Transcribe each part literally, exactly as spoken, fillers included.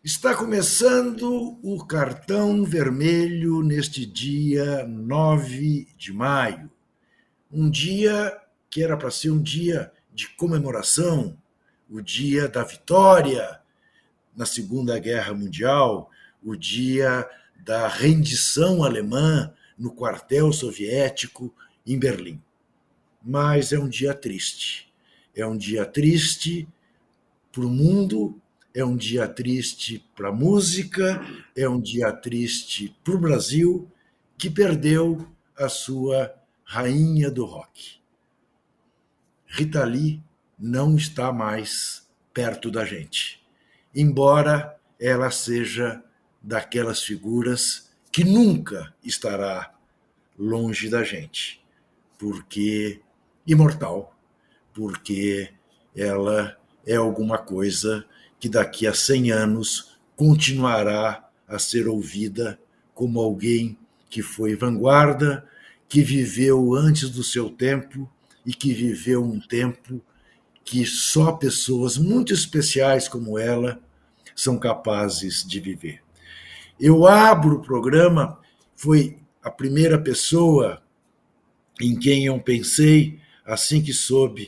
Está começando o Cartão Vermelho neste dia nove de maio, um dia que era para ser um dia de comemoração, o dia da vitória na Segunda Guerra Mundial, o dia da rendição alemã no quartel soviético em Berlim. Mas é um dia triste. É um dia triste para o mundo, é um dia triste para a música, é um dia triste para o Brasil, que perdeu a sua rainha do rock. Rita Lee não está mais perto da gente, embora ela seja daquelas figuras que nunca estará longe da gente, porque imortal, porque ela é alguma coisa que daqui a cem anos continuará a ser ouvida como alguém que foi vanguarda, que viveu antes do seu tempo e que viveu um tempo que só pessoas muito especiais como ela são capazes de viver. Eu abro o programa, foi a primeira pessoa em quem eu pensei assim que soube,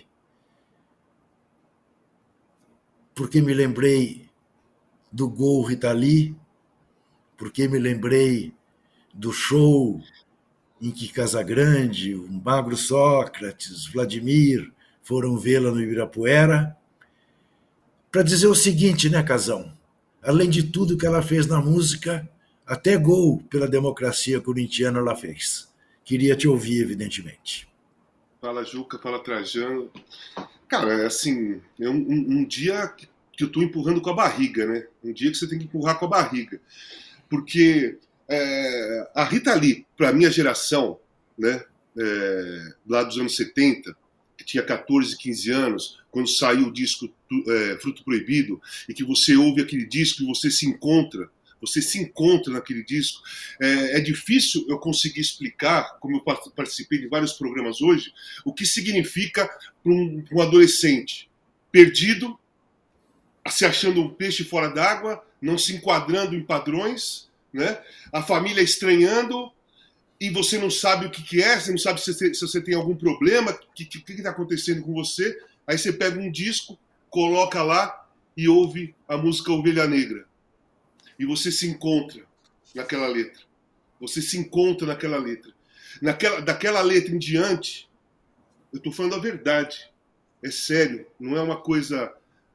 porque me lembrei do Gol Rita Lee, porque me lembrei do show em que Casagrande, o Magro Sócrates, Vladimir foram vê-la no Ibirapuera, para dizer o seguinte, né, Casão? Além de tudo que ela fez na música, até gol pela democracia corintiana ela fez. Queria te ouvir, evidentemente. Fala, Juca, fala, Trajano. Cara, é assim, é um, um, um dia que eu tô empurrando com a barriga, né? Um dia que você tem que empurrar com a barriga. Porque é, a Rita Lee, pra minha geração, né, é, lá dos anos setenta, que tinha catorze, quinze anos, quando saiu o disco é, Fruto Proibido, e que você ouve aquele disco e você se encontra, você se encontra naquele disco, é, é difícil eu conseguir explicar, como eu participei de vários programas hoje, o que significa para um, um adolescente perdido, se achando um peixe fora d'água, não se enquadrando em padrões, né? A família estranhando, e você não sabe o que, que é, você não sabe se você, se você tem algum problema, o que está acontecendo com você. Aí você pega um disco, coloca lá e ouve a música Ovelha Negra. E você se encontra naquela letra. Você se encontra naquela letra. Naquela, daquela letra em diante, eu estou falando a verdade. É sério, não é uma coisa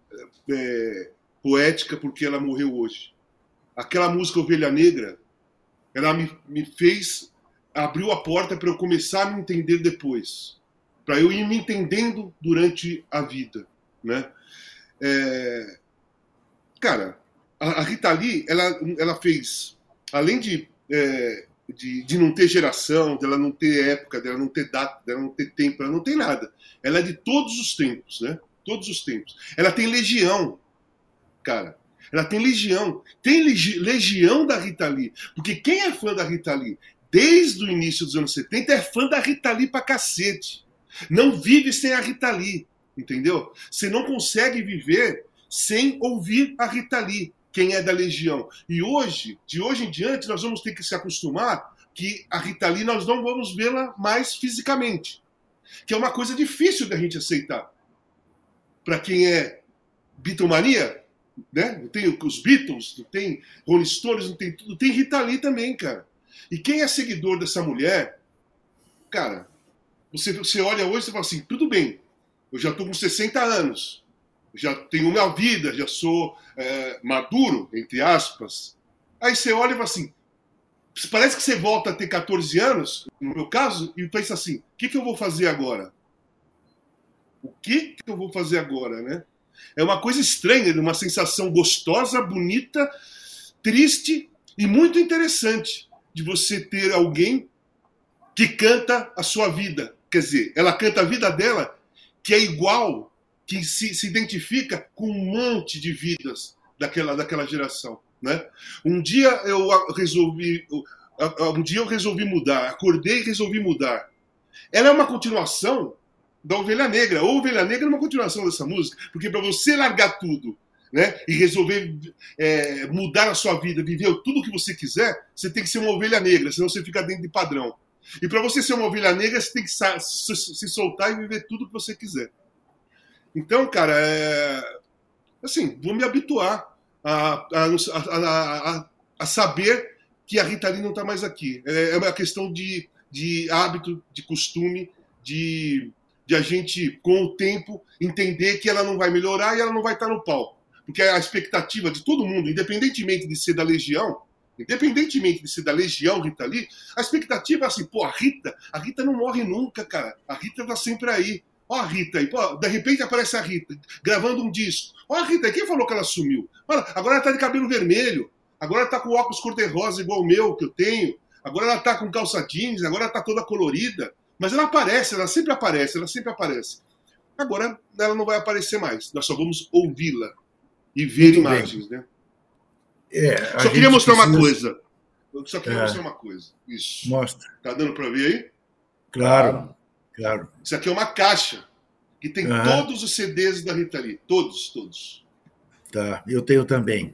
é, poética porque ela morreu hoje. Aquela música Ovelha Negra, ela me, me fez, abriu a porta para eu começar a me entender depois. Para eu ir me entendendo durante a vida, né? É, cara, a Rita Lee, ela, ela fez, além de, é, de, de não ter geração, dela não ter época, dela não ter data, dela não ter tempo, ela não tem nada. Ela é de todos os tempos, né? Todos os tempos. Ela tem legião, cara. Ela tem legião. Tem legi- legião da Rita Lee. Porque quem é fã da Rita Lee desde o início dos anos setenta é fã da Rita Lee pra cacete. Não vive sem a Rita Lee, entendeu? Você não consegue viver sem ouvir a Rita Lee. Quem é da Legião. E hoje, de hoje em diante, nós vamos ter que se acostumar que a Rita Lee nós não vamos vê-la mais fisicamente. Que é uma coisa difícil da gente aceitar. Para quem é Beatlemania, né? Não tem os Beatles, não tem Rolling Stones, não tem tudo. Tem Rita Lee também, cara. E quem é seguidor dessa mulher, cara, você, você olha hoje e fala assim, tudo bem, eu já estou com sessenta anos. Já tenho minha vida, já sou é, maduro, entre aspas. Aí você olha e fala assim, parece que você volta a ter catorze anos, no meu caso, e pensa assim, o que, que eu vou fazer agora? O que, que eu vou fazer agora, né? É uma coisa estranha, uma sensação gostosa, bonita, triste e muito interessante de você ter alguém que canta a sua vida. Quer dizer, ela canta a vida dela, que é igual, que se, se identifica com um monte de vidas daquela, daquela geração, né? Um dia eu resolvi, um dia eu resolvi mudar, acordei e resolvi mudar. Ela é uma continuação da Ovelha Negra. A Ovelha Negra é uma continuação dessa música, porque para você largar tudo, né, e resolver é, mudar a sua vida, viver tudo o que você quiser, você tem que ser uma ovelha negra, senão você fica dentro de padrão. E para você ser uma ovelha negra, você tem que se soltar e viver tudo o que você quiser. Então, cara, é... assim, vou me habituar a, a, a, a, a saber que a Rita Lee não está mais aqui. É uma questão de, de hábito, de costume, de, de a gente, com o tempo, entender que ela não vai melhorar e ela não vai estar no palco. Porque a expectativa de todo mundo, independentemente de ser da Legião, independentemente de ser da Legião, Rita Lee, a expectativa é assim, pô, a Rita, a Rita não morre nunca, cara. A Rita tá sempre aí. Ó a Rita aí, pô, de repente aparece a Rita, gravando um disco. Ó a Rita, quem falou que ela sumiu? Olha, agora ela tá de cabelo vermelho, agora ela tá com óculos cor-de-rosa igual o meu, que eu tenho, agora ela tá com calça jeans, agora ela tá toda colorida. Mas ela aparece, ela sempre aparece, ela sempre aparece. Agora ela não vai aparecer mais, nós só vamos ouvi-la e ver Muito imagens, bem. né? É, só queria mostrar precisa... uma coisa. Eu só queria é. mostrar uma coisa. Isso. Mostra. Tá dando para ver aí? Claro, claro. Isso aqui é uma caixa que tem uhum. todos os C Ds da Rita Lee. Todos, todos. Tá, eu tenho também.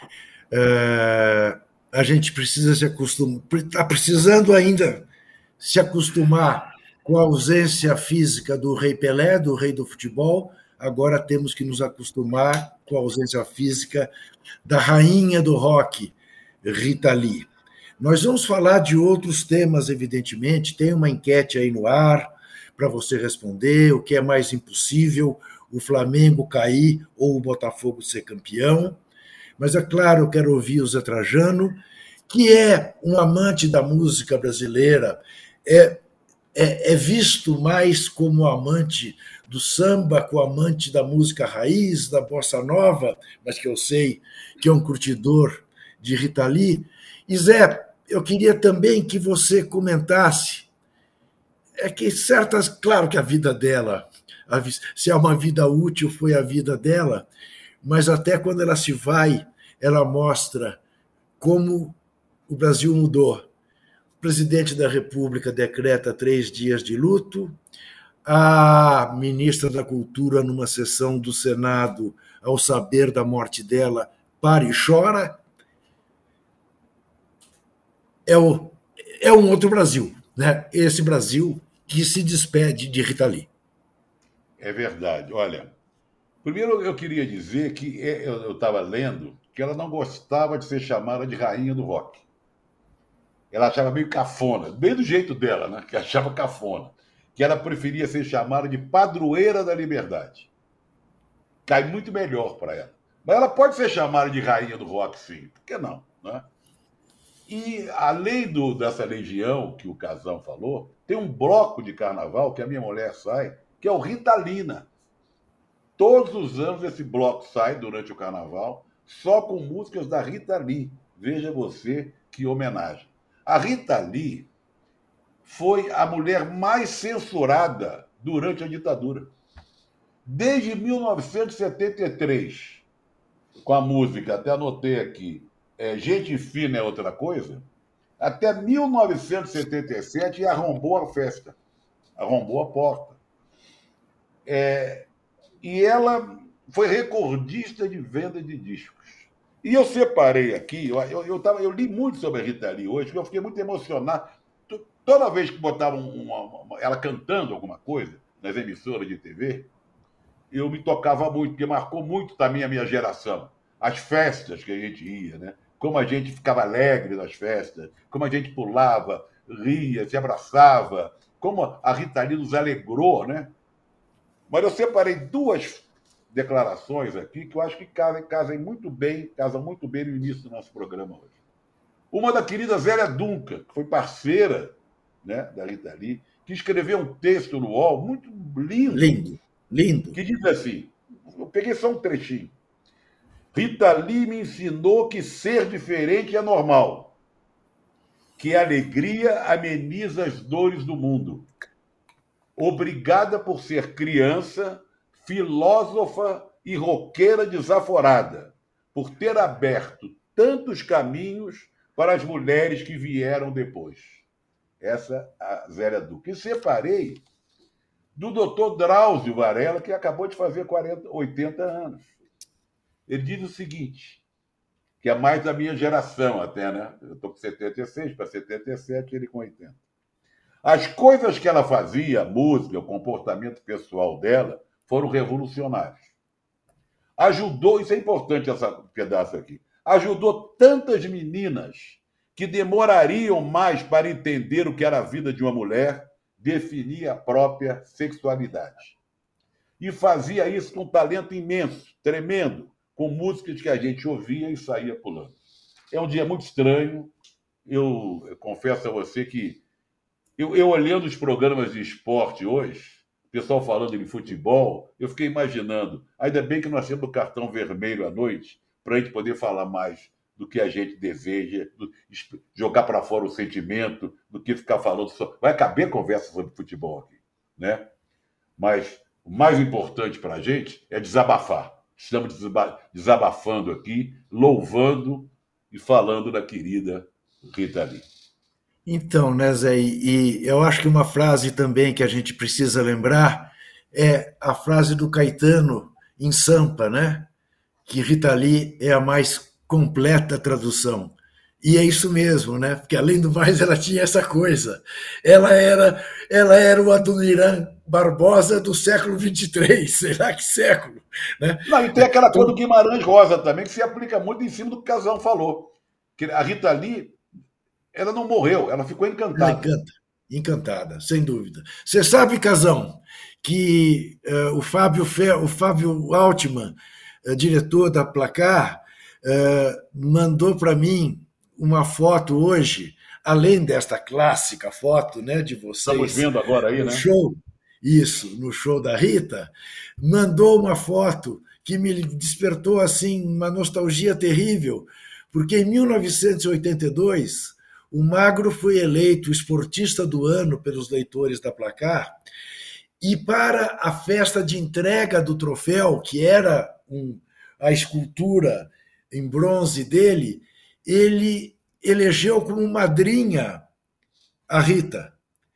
É, a gente precisa se acostumar, está precisando ainda se acostumar com a ausência física do Rei Pelé, do rei do futebol. Agora temos que nos acostumar com a ausência física da rainha do rock, Rita Lee. Nós vamos falar de outros temas, evidentemente. Tem uma enquete aí no ar para você responder: o que é mais impossível, o Flamengo cair ou o Botafogo ser campeão? Mas, é claro, eu quero ouvir o Zé Trajano, que é um amante da música brasileira, é, é, é visto mais como amante do samba, como amante da música raiz, da bossa nova, mas que eu sei que é um curtidor de Rita Lee. E, Zé, eu queria também que você comentasse, é que certas, claro que a vida dela, se é uma vida útil, foi a vida dela, mas até quando ela se vai, ela mostra como o Brasil mudou. O presidente da República decreta três dias de luto, a ministra da Cultura, numa sessão do Senado, ao saber da morte dela, para e chora. É, o, é um outro Brasil, né? Esse Brasil que se despede de Rita Lee. É verdade. Olha, primeiro eu queria dizer que eu estava lendo que ela não gostava de ser chamada de rainha do rock. Ela achava meio cafona, bem do jeito dela, né? Que achava cafona. Que ela preferia ser chamada de padroeira da liberdade. Cai muito melhor para ela. Mas ela pode ser chamada de rainha do rock, sim. Por que não? Né? E, além do, dessa legião que o Casão falou, tem um bloco de carnaval que a minha mulher sai, que é o Ritalina. Todos os anos esse bloco sai durante o carnaval, só com músicas da Rita Lee. Veja você que homenagem. A Rita Lee foi a mulher mais censurada durante a ditadura. Desde mil novecentos e setenta e três, com a música, até anotei aqui, é, Gente Fina é Outra Coisa, até mil novecentos e setenta e sete, e arrombou a festa, arrombou a porta. É, e ela foi recordista de venda de discos. E eu separei aqui, eu, eu, eu, tava, eu li muito sobre a Rita Lee hoje, porque eu fiquei muito emocionado. Toda vez que botavam uma, uma, ela cantando alguma coisa nas emissoras de T V, eu me tocava muito, porque marcou muito também a minha geração. As festas que a gente ia, né? Como a gente ficava alegre nas festas, como a gente pulava, ria, se abraçava, como a Rita Lee nos alegrou, né? Mas eu separei duas declarações aqui que eu acho que casam, casam muito bem, casam muito bem no início do nosso programa hoje. Uma da querida Zélia Duncan, que foi parceira, né, da Rita Lee, que escreveu um texto no U O L muito lindo. Lindo, lindo. Que diz assim, eu peguei só um trechinho. Rita Lee me ensinou que ser diferente é normal, que a alegria ameniza as dores do mundo. Obrigada por ser criança, filósofa e roqueira desaforada, por ter aberto tantos caminhos para as mulheres que vieram depois. Essa é a Zélia Duncan. E separei do doutor Drauzio Varela, que acabou de fazer quarenta, oitenta anos. Ele diz o seguinte, que é mais da minha geração até, né? Eu estou com setenta e seis para setenta e sete, ele com oitenta. As coisas que ela fazia, a música, o comportamento pessoal dela, foram revolucionários. Ajudou, isso é importante, esse pedaço aqui, ajudou tantas meninas que demorariam mais para entender o que era a vida de uma mulher, definir a própria sexualidade. E fazia isso com um talento imenso, tremendo, com músicas que a gente ouvia e saía pulando. É um dia muito estranho. Eu, eu confesso a você que eu, eu olhando os programas de esporte hoje, o pessoal falando de futebol, eu fiquei imaginando, ainda bem que nós temos o cartão vermelho à noite, para a gente poder falar mais do que a gente deseja, do, jogar para fora o sentimento, do que ficar falando só. Vai caber conversa sobre futebol aqui, né? Mas o mais importante para a gente é desabafar. Estamos desabafando aqui, louvando e falando da querida Rita Lee. Então, né, Zé, e eu acho que uma frase também que a gente precisa lembrar é a frase do Caetano em Sampa, né? Que Rita Lee é a mais completa tradução. E é isso mesmo, né? Porque além do mais ela tinha essa coisa. Ela era, ela era o Adoniran Barbosa do século vinte e três, sei lá que século. Né? Não, e tem aquela coisa do Guimarães Rosa também, que se aplica muito em cima do que o Casão falou. Que a Rita Lee, ela não morreu, ela ficou encantada. Ela encanta, encantada, sem dúvida. Você sabe, Casão, que uh, o Fábio, Fe, o Fábio Altman, uh, diretor da Placar, uh, mandou para mim uma foto hoje, além desta clássica foto, né, de vocês. Estamos vendo agora aí, no né? Show, isso, no show da Rita, mandou uma foto que me despertou assim uma nostalgia terrível, porque em mil novecentos e oitenta e dois o Magro foi eleito esportista do ano pelos leitores da Placar, e para a festa de entrega do troféu, que era um, a escultura em bronze dele, ele elegeu como madrinha a Rita.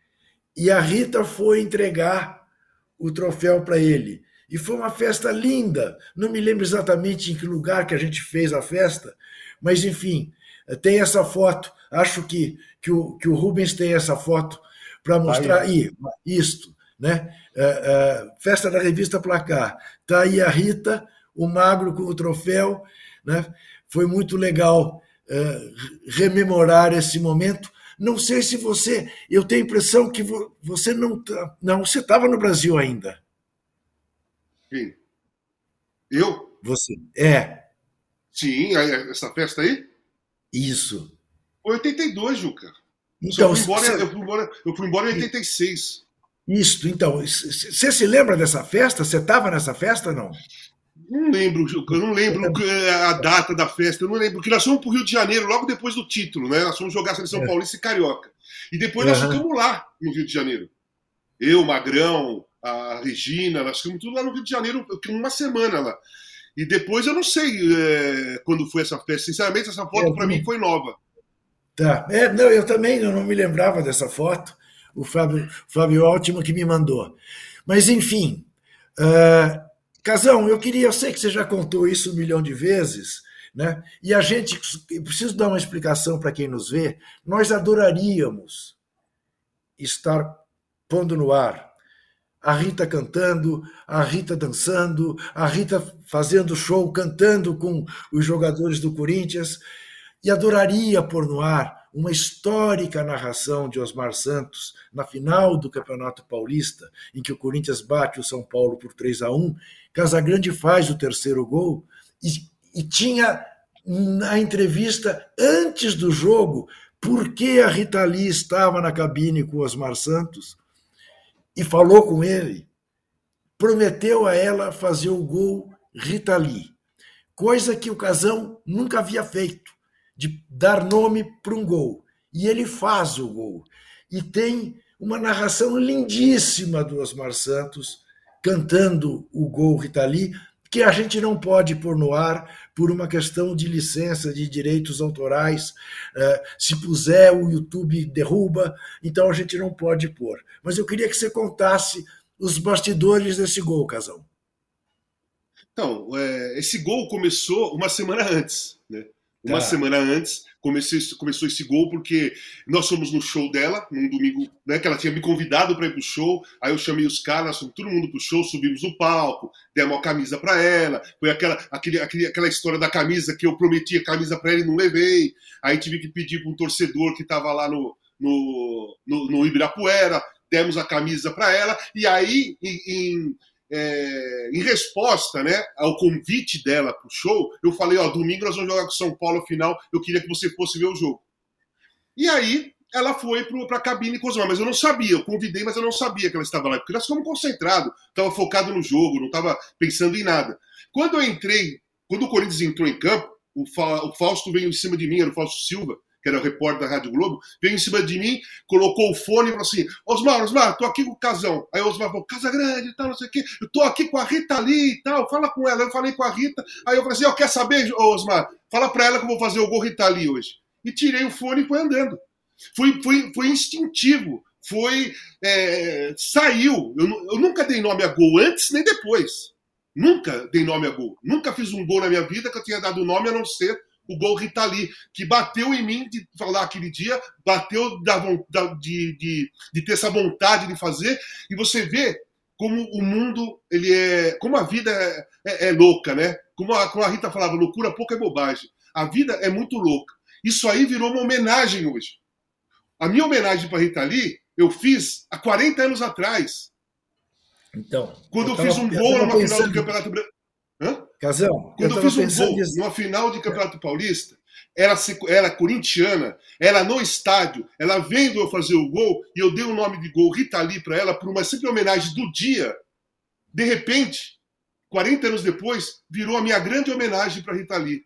E a Rita foi entregar o troféu para ele. E foi uma festa linda. Não me lembro exatamente em que lugar que a gente fez a festa, mas, enfim, tem essa foto. Acho que, que, o, que o Rubens tem essa foto para mostrar. Aí, isto, né? É, é, festa da revista Placar. Está aí a Rita, o Magro com o troféu. Né? Foi muito legal é, rememorar esse momento. Não sei se você... Eu tenho a impressão que você não... Não, você estava no Brasil ainda. Quem? Eu? Você. É. Sim, essa festa aí? Isso. Foi oitenta e dois, Juca. Então, eu, fui embora, você... eu, fui embora, eu fui embora em oitenta e seis. Isso, então. Você se lembra dessa festa? Você estava nessa festa ou não? Não lembro, Juca, eu não lembro a data da festa, eu não lembro, porque nós fomos para o Rio de Janeiro logo depois do título, né? Nós fomos jogar a Seleção é. Paulista e Carioca. E depois nós uhum. ficamos lá no Rio de Janeiro. Eu, Magrão, a Regina, nós ficamos tudo lá no Rio de Janeiro, uma semana lá. E depois eu não sei é, quando foi essa festa. Sinceramente, essa foto é, para mim foi nova. Tá. É, não, eu também eu não me lembrava dessa foto. O Fábio, Fábio Altman que me mandou. Mas, enfim... Uh... Casão, eu queria, eu sei que você já contou isso um milhão de vezes, né? E a gente, eu preciso dar uma explicação para quem nos vê, nós adoraríamos estar pondo no ar a Rita cantando, a Rita dançando, a Rita fazendo show, cantando com os jogadores do Corinthians, e adoraria pôr no ar uma histórica narração de Osmar Santos na final do Campeonato Paulista, em que o Corinthians bate o São Paulo por três a um, Casagrande faz o terceiro gol, e, e tinha na entrevista, antes do jogo, por que a Rita Lee estava na cabine com o Osmar Santos, e falou com ele, prometeu a ela fazer o gol Rita Lee, coisa que o Casão nunca havia feito, de dar nome para um gol. E ele faz o gol. E tem uma narração lindíssima do Osmar Santos cantando o gol Rita Lee, que a gente não pode pôr no ar por uma questão de licença, de direitos autorais. Se puser, o YouTube derruba, então a gente não pode pôr. Mas eu queria que você contasse os bastidores desse gol, Casão. Então, é, esse gol começou uma semana antes, né? Uma Tá. semana antes comecei, começou esse gol porque nós fomos no show dela, num domingo, né, que ela tinha me convidado para ir pro show, aí eu chamei os caras, fomos todo mundo pro show, subimos no palco, demos a camisa para ela, foi aquela, aquele, aquele, aquela história da camisa que eu prometi a camisa para ela e não levei, aí tive que pedir para um torcedor que estava lá no, no, no, no Ibirapuera, demos a camisa para ela, e aí em, em É, em resposta, né, ao convite dela pro show, eu falei, ó, domingo nós vamos jogar com São Paulo a final, eu queria que você fosse ver o jogo. E aí ela foi pro, pra cabine com os mas eu não sabia, eu convidei, mas eu não sabia que ela estava lá, porque nós ficamos concentrados, estava focado no jogo, não estava pensando em nada. Quando eu entrei, quando o Corinthians entrou em campo, o, Fa, o Fausto veio em cima de mim, era o Fausto Silva, que era o repórter da Rádio Globo, veio em cima de mim, colocou o fone e falou assim, Osmar, Osmar, tô aqui com o Casão. Aí o Osmar falou, Casa Grande e tal, não sei o quê, eu tô aqui com a Rita ali e tal, fala com ela. Eu falei com a Rita, aí eu falei assim, ó, quer saber, Osmar? Fala pra ela que eu vou fazer o gol Rita ali hoje. E tirei o fone e foi andando. Foi, foi, foi instintivo, foi, é, saiu. Eu, eu nunca dei nome a gol antes nem depois. Nunca dei nome a gol. Nunca fiz um gol na minha vida que eu tinha dado nome a não ser o gol Rita Lee, que bateu em mim de falar aquele dia, bateu da, de, de, de ter essa vontade de fazer, e você vê como o mundo, ele é, como a vida é, é, é louca, né? Como a, como a Rita falava, loucura pouco é bobagem. A vida é muito louca. Isso aí virou uma homenagem hoje. A minha homenagem para Rita Lee, eu fiz há quarenta anos atrás. Então, quando eu, eu tava, fiz um gol numa pensando... final do Campeonato Brasileiro. Hã? Casão, Quando eu, eu fiz um gol nisso. Numa final de Campeonato Paulista, ela, ela corintiana, ela no estádio, ela vendo eu fazer o gol, e eu dei o nome de gol Rita Lee para ela, por uma simples homenagem do dia. De repente, quarenta anos depois, virou a minha grande homenagem para Rita Lee.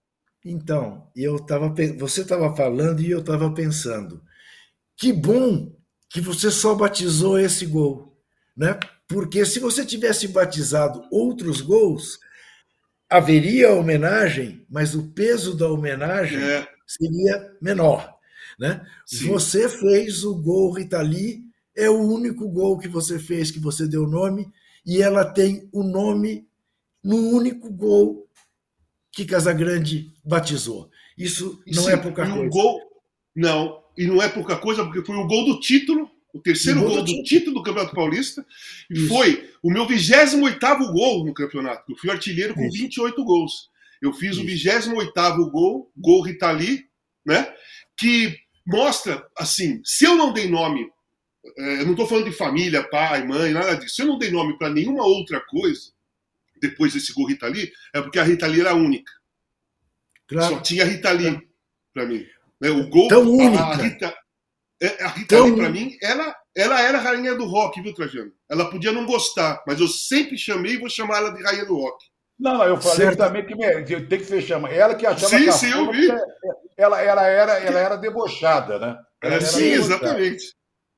Então, eu tava, você estava falando e eu estava pensando, que bom que você só batizou esse gol, né? Porque se você tivesse batizado outros gols, haveria homenagem, mas o peso da homenagem é. seria menor, né? Você fez o gol Rita Lee, é o único gol que você fez, que você deu nome, e ela tem o nome no único gol que Casagrande batizou. Isso não Sim, é pouca coisa. Um gol, não, e não é pouca coisa, porque foi o gol do título, o terceiro o gol, gol do, do título do Campeonato Paulista, e Isso. foi o meu vigésimo oitavo gol no campeonato. Eu fui artilheiro com Isso. vinte e oito gols. Eu fiz Isso. o vigésimo oitavo gol, gol Rita Lee, né? Que mostra, assim, se eu não dei nome, eu não estou falando de família, pai, mãe, nada disso, se eu não dei nome para nenhuma outra coisa, depois desse gol Rita Lee, é porque a Rita Lee era única. Claro. Só tinha a Rita Lee para mim. O gol, Tão única. A, a Rita, a Rita Lee, para mim, ela, ela era a rainha do rock, viu, Trajano? Ela podia não gostar, mas eu sempre chamei e vou chamar ela de rainha do rock. Não, não, eu falei certo. também que, me, que tem que ser chamada. Ela que achava sim, sim, eu vi. Ela, ela, era, ela era debochada, né? Ela era sim, debochada. Exatamente.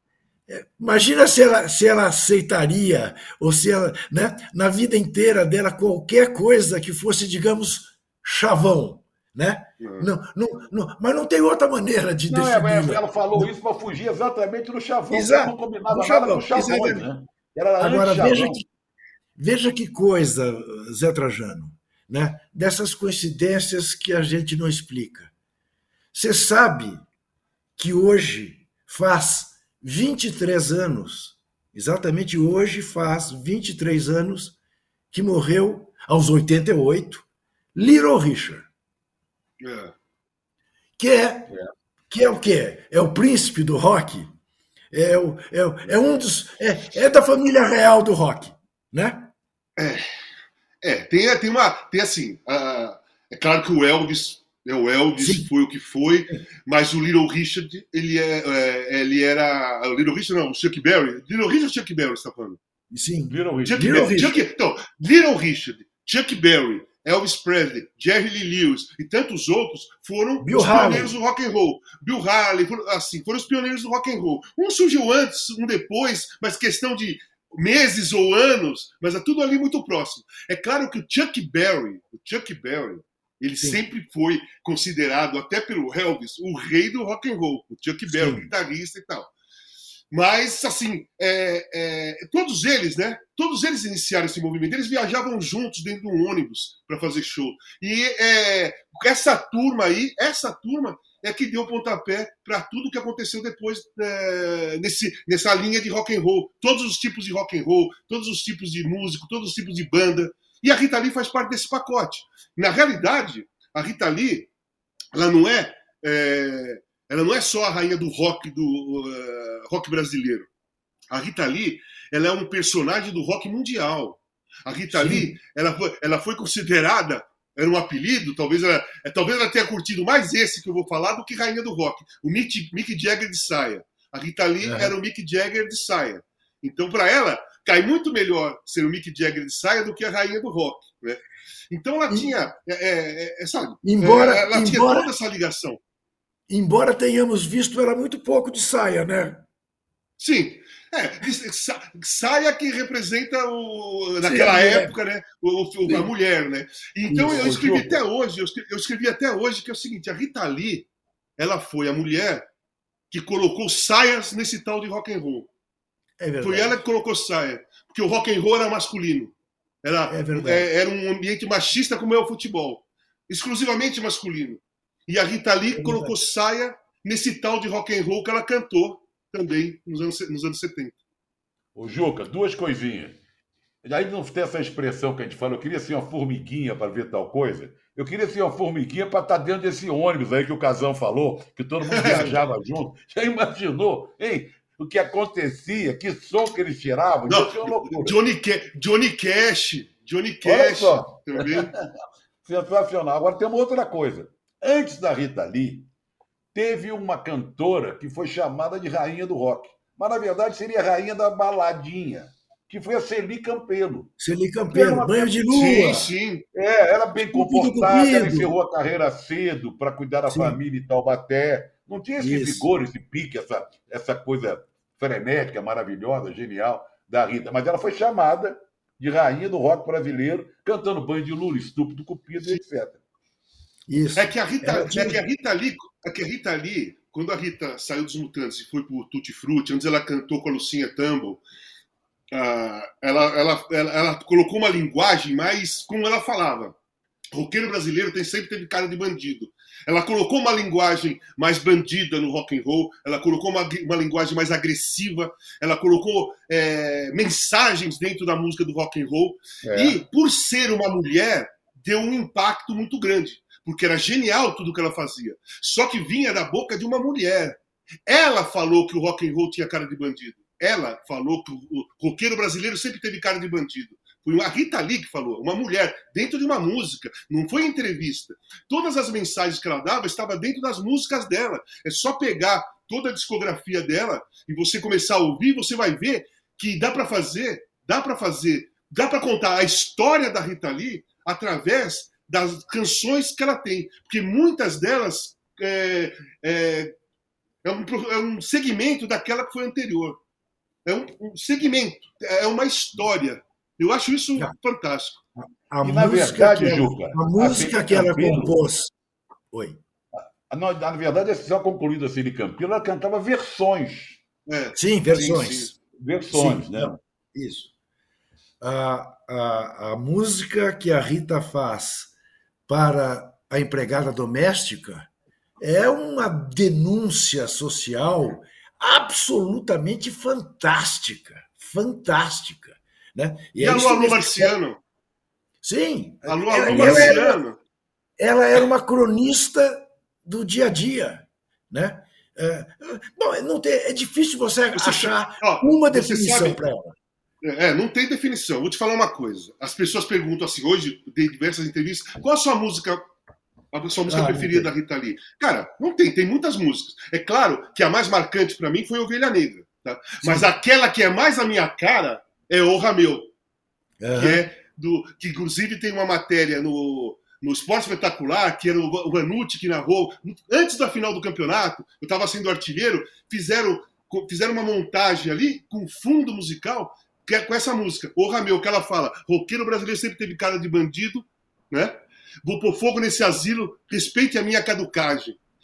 Imagina se ela, se ela aceitaria, ou se ela, né, na vida inteira dela, qualquer coisa que fosse, digamos, chavão. Né? Não. Não, não, não, mas não tem outra maneira de não, definir. Ela falou não. isso para fugir exatamente do chavão. Exato. Não combinava chavão, nada com chavão. Né? Era Agora, veja que, veja que coisa, Zé Trajano, né? Dessas coincidências que a gente não explica. Você sabe que hoje faz vinte e três anos, exatamente hoje faz vinte e três anos, que morreu, aos oitenta e oito, Little Richard. É. Que, é, é. que é o quê? É o príncipe do rock? É, o, é, é um dos. É, é da família real do rock, né? É. É, tem, tem uma. Tem assim. Uh, é claro que o Elvis. É, o Elvis Sim. foi o que foi, mas o Little Richard, ele, é, é, ele era. O Little Richard, não, o Chuck Berry. Little Richard ou Chuck Berry, você está falando? Sim. Little Richard. Chuck Little Berry. Richard. Chuck, então, Little Richard, Chuck Berry, Elvis Presley, Jerry Lee Lewis e tantos outros foram Bill os Harley. pioneiros do rock and roll. Bill Harley, foram, assim, foram os pioneiros do rock and roll. Um surgiu antes, um depois, mas questão de meses ou anos, mas é tudo ali muito próximo. É claro que o Chuck Berry, o Chuck Berry, ele Sim. sempre foi considerado, até pelo Elvis, o rei do rock and roll. O Chuck Berry, o guitarrista e tal. Mas, assim, é, é, todos eles, né? Todos eles iniciaram esse movimento. Eles viajavam juntos dentro de um ônibus para fazer show. E é, essa turma aí, essa turma é que deu pontapé para tudo que aconteceu depois é, nesse, nessa linha de rock and roll. Todos os tipos de rock and roll, todos os tipos de músico, todos os tipos de banda. E a Rita Lee faz parte desse pacote. Na realidade, a Rita Lee, ela não é... é ela não é só a rainha do rock, do uh, rock brasileiro. A Rita Lee, ela é um personagem do rock mundial. A Rita Sim. Lee, ela foi, ela foi considerada, era um apelido, talvez ela, talvez ela tenha curtido mais esse que eu vou falar do que rainha do rock. O Mick, Mick Jagger de saia. A Rita Lee uhum. era o Mick Jagger de saia. Então, para ela, cai muito melhor ser o Mick Jagger de saia do que a rainha do rock, né? Então, ela tinha, é, é, é, sabe, embora, ela embora... tinha toda essa ligação. Embora tenhamos visto ela muito pouco de saia, né? Sim. É, saia que representa o, naquela Sim, época, é. né? O, o, a mulher, né? Então Isso, eu escrevi até hoje, eu escrevi, eu escrevi até hoje que é o seguinte: a Rita Lee, ela foi a mulher que colocou saias nesse tal de rock and roll. É verdade. Foi ela que colocou saia, porque o rock and roll era masculino. Era, é era um ambiente machista como é o futebol, exclusivamente masculino. E a Rita Lee colocou saia nesse tal de rock and roll que ela cantou também nos anos, nos anos setenta. Ô, Juca, duas coisinhas. Aí não tem essa expressão que a gente fala, eu queria ser uma formiguinha para ver tal coisa. Eu queria ser uma formiguinha para estar dentro desse ônibus aí que o Casão falou, que todo mundo viajava junto. Já imaginou, hein? O que acontecia, que som que eles tiravam? Não, isso é uma loucura. Johnny, Johnny Cash, Johnny Cash também. Sensacional. Agora tem uma outra coisa. Antes da Rita Lee, teve uma cantora que foi chamada de rainha do rock. Mas, na verdade, seria a rainha da baladinha, que foi a Celi Campelo. Celi Campelo, uma... banho de lua. Sim, sim. É, ela bem comportada, ela encerrou a carreira cedo para cuidar da sim. família em Taubaté. Não tinha esse Isso. vigor, esse pique, essa, essa coisa frenética, maravilhosa, genial da Rita. Mas ela foi chamada de rainha do rock brasileiro, cantando banho de lua, estúpido, cupido, etcétera. Isso. É que a Rita, tinha... é que a Rita Lee, é que a Rita Lee, quando a Rita saiu dos Mutantes e foi pro Tutti Frutti, antes ela cantou com a Lucinha Tumble, uh, ela, ela, ela, ela colocou uma linguagem mais como ela falava. O roqueiro brasileiro tem, sempre teve cara de bandido. Ela colocou uma linguagem mais bandida no rock and roll, ela colocou uma, uma linguagem mais agressiva, ela colocou é, mensagens dentro da música do rock and roll. É. E, por ser uma mulher, deu um impacto muito grande. Porque era genial tudo que ela fazia. Só que vinha da boca de uma mulher. Ela falou que o rock and roll tinha cara de bandido. Ela falou que o roqueiro brasileiro sempre teve cara de bandido. Foi a Rita Lee que falou, uma mulher, dentro de uma música. Não foi entrevista. Todas as mensagens que ela dava estavam dentro das músicas dela. É só pegar toda a discografia dela e você começar a ouvir, você vai ver que dá para fazer, dá para fazer, dá para contar a história da Rita Lee através das canções que ela tem, porque muitas delas é, é, é, um, é um segmento daquela que foi anterior, é um, um segmento, é uma história. Eu acho isso a, fantástico. A, a música, verdade, que, Juca, a música que ela Campelo, compôs. Oi. A, na, na verdade, só concluído assim de Campelo, ela cantava versões. É, sim, versões. Sim, sim. Versões, sim, né? Não, isso. A, a, a música que a Rita faz para a empregada doméstica é uma denúncia social absolutamente fantástica, fantástica, né? E, e a Alô, Alô, Marciano? Sim. Alô, Alô, Marciano? Ela era, ela era uma cronista do dia a dia, né? É, bom, não tem, é difícil você, você achar ó, uma definição para ela. É, não tem definição. Vou te falar uma coisa. As pessoas perguntam assim, hoje, tem diversas entrevistas, qual a sua música, a sua música ah, preferida da Rita Lee? Cara, não tem, tem muitas músicas. É claro que a mais marcante para mim foi Ovelha Negra. Tá? Mas aquela que é mais a minha cara é O Rameu. Uhum. Que, é do, que inclusive tem uma matéria no, no Esporte Espetacular, que era o Vanucci que narrou. Antes da final do campeonato, eu estava sendo artilheiro, fizeram, fizeram uma montagem ali com fundo musical que é com essa música, O Rameu, que ela fala, roqueiro brasileiro sempre teve cara de bandido, né? Vou pôr fogo nesse asilo, respeite a minha caducagem.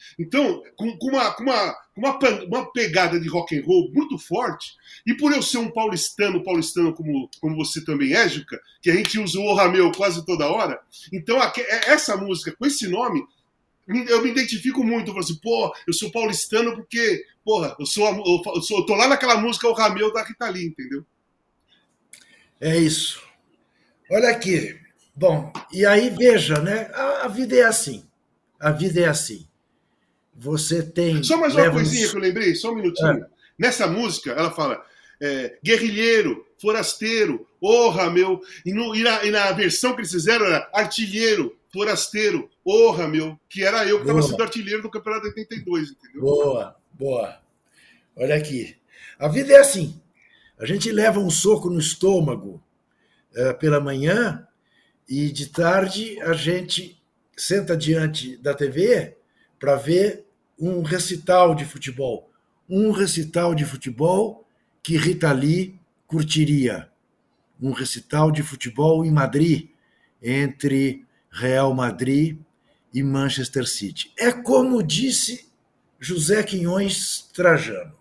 Então, com, com, uma, com, uma, com uma, uma pegada de rock and roll muito forte, e por eu ser um paulistano, paulistano como, como você também é, Juca, que a gente usa o Ô Rameu quase toda hora, então essa música, com esse nome, eu me identifico muito. Eu falo assim, pô, eu sou paulistano porque, porra, eu sou, eu sou, eu tô lá naquela música O Rameu da Rita Lee, entendeu? É isso. Olha aqui. Bom, e aí veja, né? A, a vida é assim. A vida é assim. Você tem... Só mais uma coisinha uns... que eu lembrei, só um minutinho. É. Nessa música, ela fala é, guerrilheiro, forasteiro, Ô Rameu. E, no, e, na, e na versão que eles fizeram era artilheiro, forasteiro, Ô Rameu, que era eu que estava sendo artilheiro do Campeonato de oitenta e dois, entendeu? Boa, boa. Olha aqui. A vida é assim. A gente leva um soco no estômago uh, pela manhã e de tarde a gente senta diante da T V para ver um recital de futebol. Um recital de futebol que Rita Lee curtiria. Um recital de futebol em Madrid, entre Real Madrid e Manchester City. É como disse José Quinhões Trajano.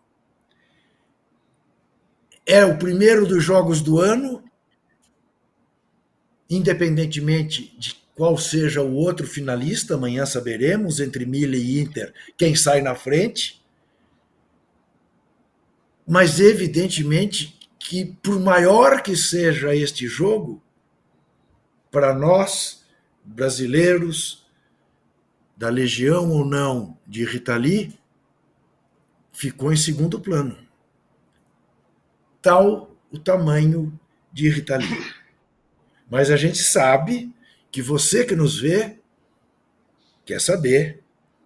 É o primeiro dos jogos do ano, independentemente de qual seja o outro finalista, amanhã saberemos, entre Milan e Inter, quem sai na frente. Mas, evidentemente, que por maior que seja este jogo, para nós, brasileiros, da legião ou não de Rita Lee, ficou em segundo plano. Tal o tamanho de Rita Lee. Mas a gente sabe que você que nos vê quer saber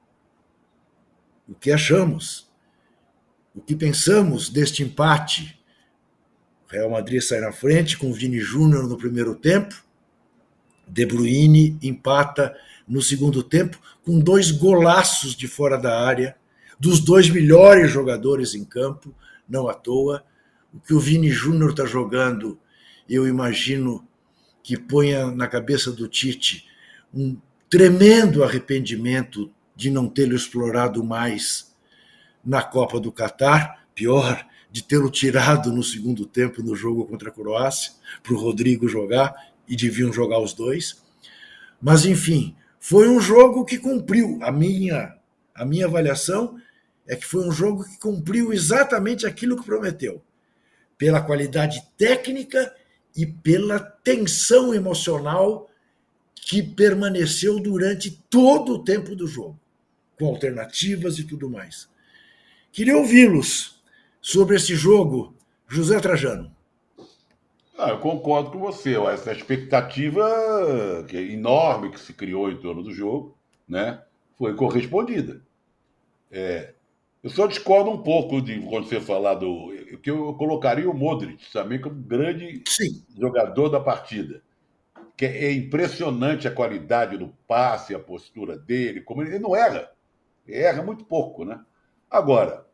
o que achamos, o que pensamos deste empate. O Real Madrid sai na frente com o Vini Júnior no primeiro tempo, De Bruyne empata no segundo tempo com dois golaços de fora da área, dos dois melhores jogadores em campo, não à toa. O que o Vini Júnior está jogando, eu imagino que ponha na cabeça do Tite um tremendo arrependimento de não tê-lo explorado mais na Copa do Catar, pior, de tê-lo tirado no segundo tempo no jogo contra a Croácia, para o Rodrigo jogar, e deviam jogar os dois. Mas, enfim, foi um jogo que cumpriu. A minha, a minha avaliação é que foi um jogo que cumpriu exatamente aquilo que prometeu, pela qualidade técnica e pela tensão emocional que permaneceu durante todo o tempo do jogo, com alternativas e tudo mais. Queria ouvi-los sobre esse jogo, José Trajano. Ah, eu concordo com você. Essa expectativa que é enorme que se criou em torno do jogo, né, foi correspondida. É, eu só discordo um pouco de quando você falar do... que eu colocaria o Modric também como grande Sim. jogador da partida. Que é impressionante a qualidade do passe, a postura dele, como ele, ele não erra. Ele erra muito pouco, né? Agora,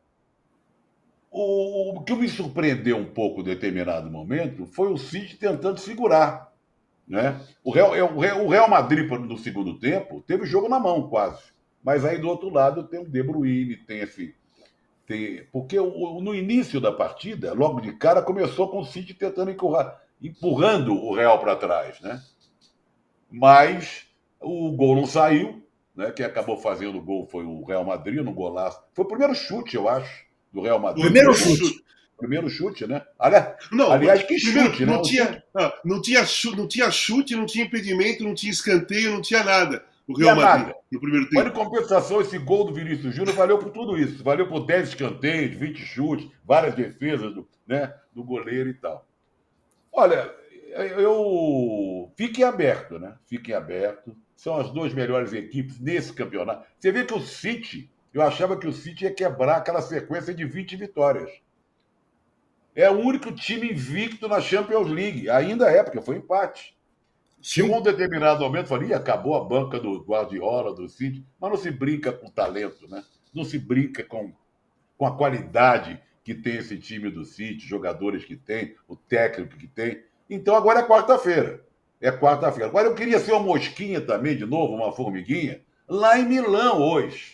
o, o que me surpreendeu um pouco em determinado momento foi o City tentando segurar, né? O Real, o Real, o Real Madrid, no segundo tempo, teve o jogo na mão quase. Mas aí, do outro lado, tem o De Bruyne, tem esse... Tem, porque o, no início da partida, logo de cara, começou com o City tentando empurrar, empurrando o Real para trás, né? Mas o gol não saiu, né? Quem acabou fazendo o gol foi o Real Madrid, no golaço. Foi o primeiro chute, eu acho, do Real Madrid. Primeiro chute. Primeiro chute, né? Aliás, não, aliás que primeiro, chute, não né? Tinha, chute... não, tinha, não tinha chute, não tinha impedimento, não tinha escanteio, não tinha nada. O Real Madrid, nada. No primeiro tempo. Mas, em compensação, esse gol do Vinícius Júnior valeu por tudo isso. Valeu por dez escanteios, vinte chutes, várias defesas do, né, do goleiro e tal. Olha, eu... Fiquem aberto, né? Fiquem aberto. São as duas melhores equipes nesse campeonato. Você vê que o City, eu achava que o City ia quebrar aquela sequência de vinte vitórias. É o único time invicto na Champions League. Ainda é, porque foi empate. Chegou um determinado momento, falei, acabou a banca do Guardiola, do City, mas não se brinca com talento, né? Não se brinca com, com a qualidade que tem esse time do City, jogadores que tem, o técnico que tem. Então agora é quarta-feira. É quarta-feira. Agora eu queria ser uma mosquinha também, de novo, uma formiguinha, lá em Milão hoje.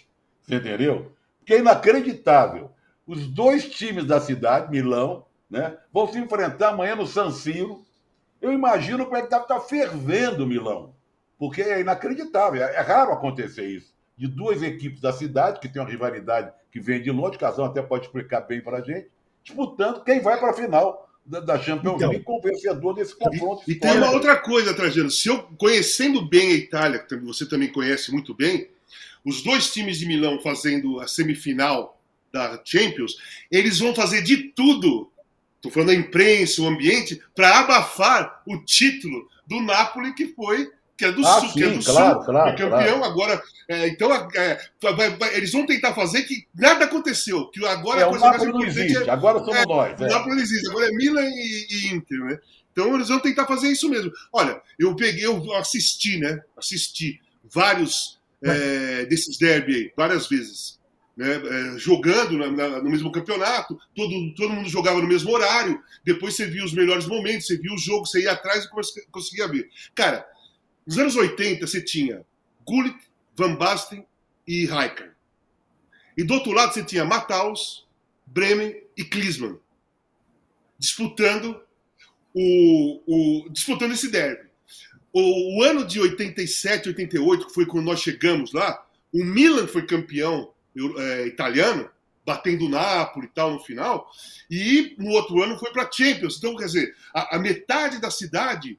Você entendeu? Porque é inacreditável. Os dois times da cidade, Milão, né, vão se enfrentar amanhã no San Siro. Eu imagino como é que está tá fervendo Milão. Porque é inacreditável. É, é raro acontecer isso. De duas equipes da cidade, que tem uma rivalidade que vem de longe, o Casão até pode explicar bem para a gente, disputando quem vai para a final da, da Champions League então, com o vencedor desse confronto. E, e tem uma outra coisa, Trajano. Se eu, conhecendo bem a Itália, que você também conhece muito bem, os dois times de Milão fazendo a semifinal da Champions, eles vão fazer de tudo, estou falando da imprensa, o ambiente, para abafar o título do Napoli, que foi que é do ah, Sul, sim, que é do claro, Sul, claro, é campeão claro. agora. É, então, é, eles vão tentar fazer que nada aconteceu, que agora é, a coisa o mais Napoli importante não existe, é, agora somos é, nós. O é. Napoli não existe, agora é Milan e, e Inter, né? Então eles vão tentar fazer isso mesmo. Olha, eu peguei, eu assisti, né? Assisti vários é, desses derby aí, várias vezes. Né, é, jogando na, na, no mesmo campeonato, todo, todo mundo jogava no mesmo horário, depois você via os melhores momentos, você via o jogo, você ia atrás e conseguia ver. Cara, nos anos oitenta você tinha Gullit, Van Basten e Rijkaard. E do outro lado você tinha Matthaus, Bremen e Klinsmann disputando o, o, disputando esse derby. O, o ano de oitenta e sete, oitenta e oito, que foi quando nós chegamos lá, o Milan foi campeão é, italiano, batendo o Napoli e tal no final, e no outro ano foi para a Champions. Então, quer dizer, a, a metade da cidade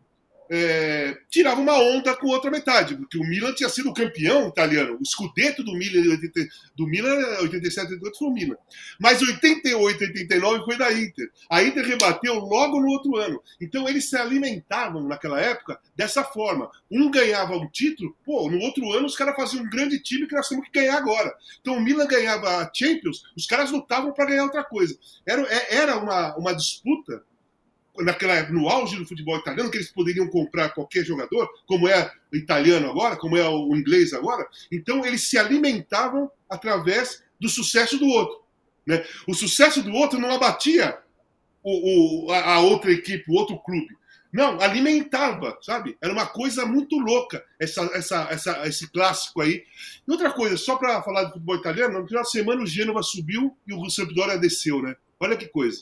é, tirava uma onda com a outra metade, porque o Milan tinha sido campeão italiano, o scudetto do Milan, do Milan oitenta e sete, oitenta e oito foi o Milan, mas oitenta e oito, oitenta e nove foi da Inter. A Inter rebateu logo no outro ano. Então eles se alimentavam naquela época dessa forma. Um ganhava um título, pô, no outro ano os caras faziam um grande time que nós temos que ganhar agora. Então o Milan ganhava a Champions, os caras lutavam para ganhar outra coisa. Era, era uma, uma disputa naquela, no auge do futebol italiano, que eles poderiam comprar qualquer jogador, como é o italiano agora, como é o inglês agora. Então eles se alimentavam através do sucesso do outro, né? O sucesso do outro não abatia o, o, a outra equipe, o outro clube. Não, alimentava, sabe? Era uma coisa muito louca essa, essa, essa, esse clássico aí. E outra coisa, só para falar do futebol italiano, no final de semana o Gênova subiu e o Sampdoria desceu, né? Olha que coisa.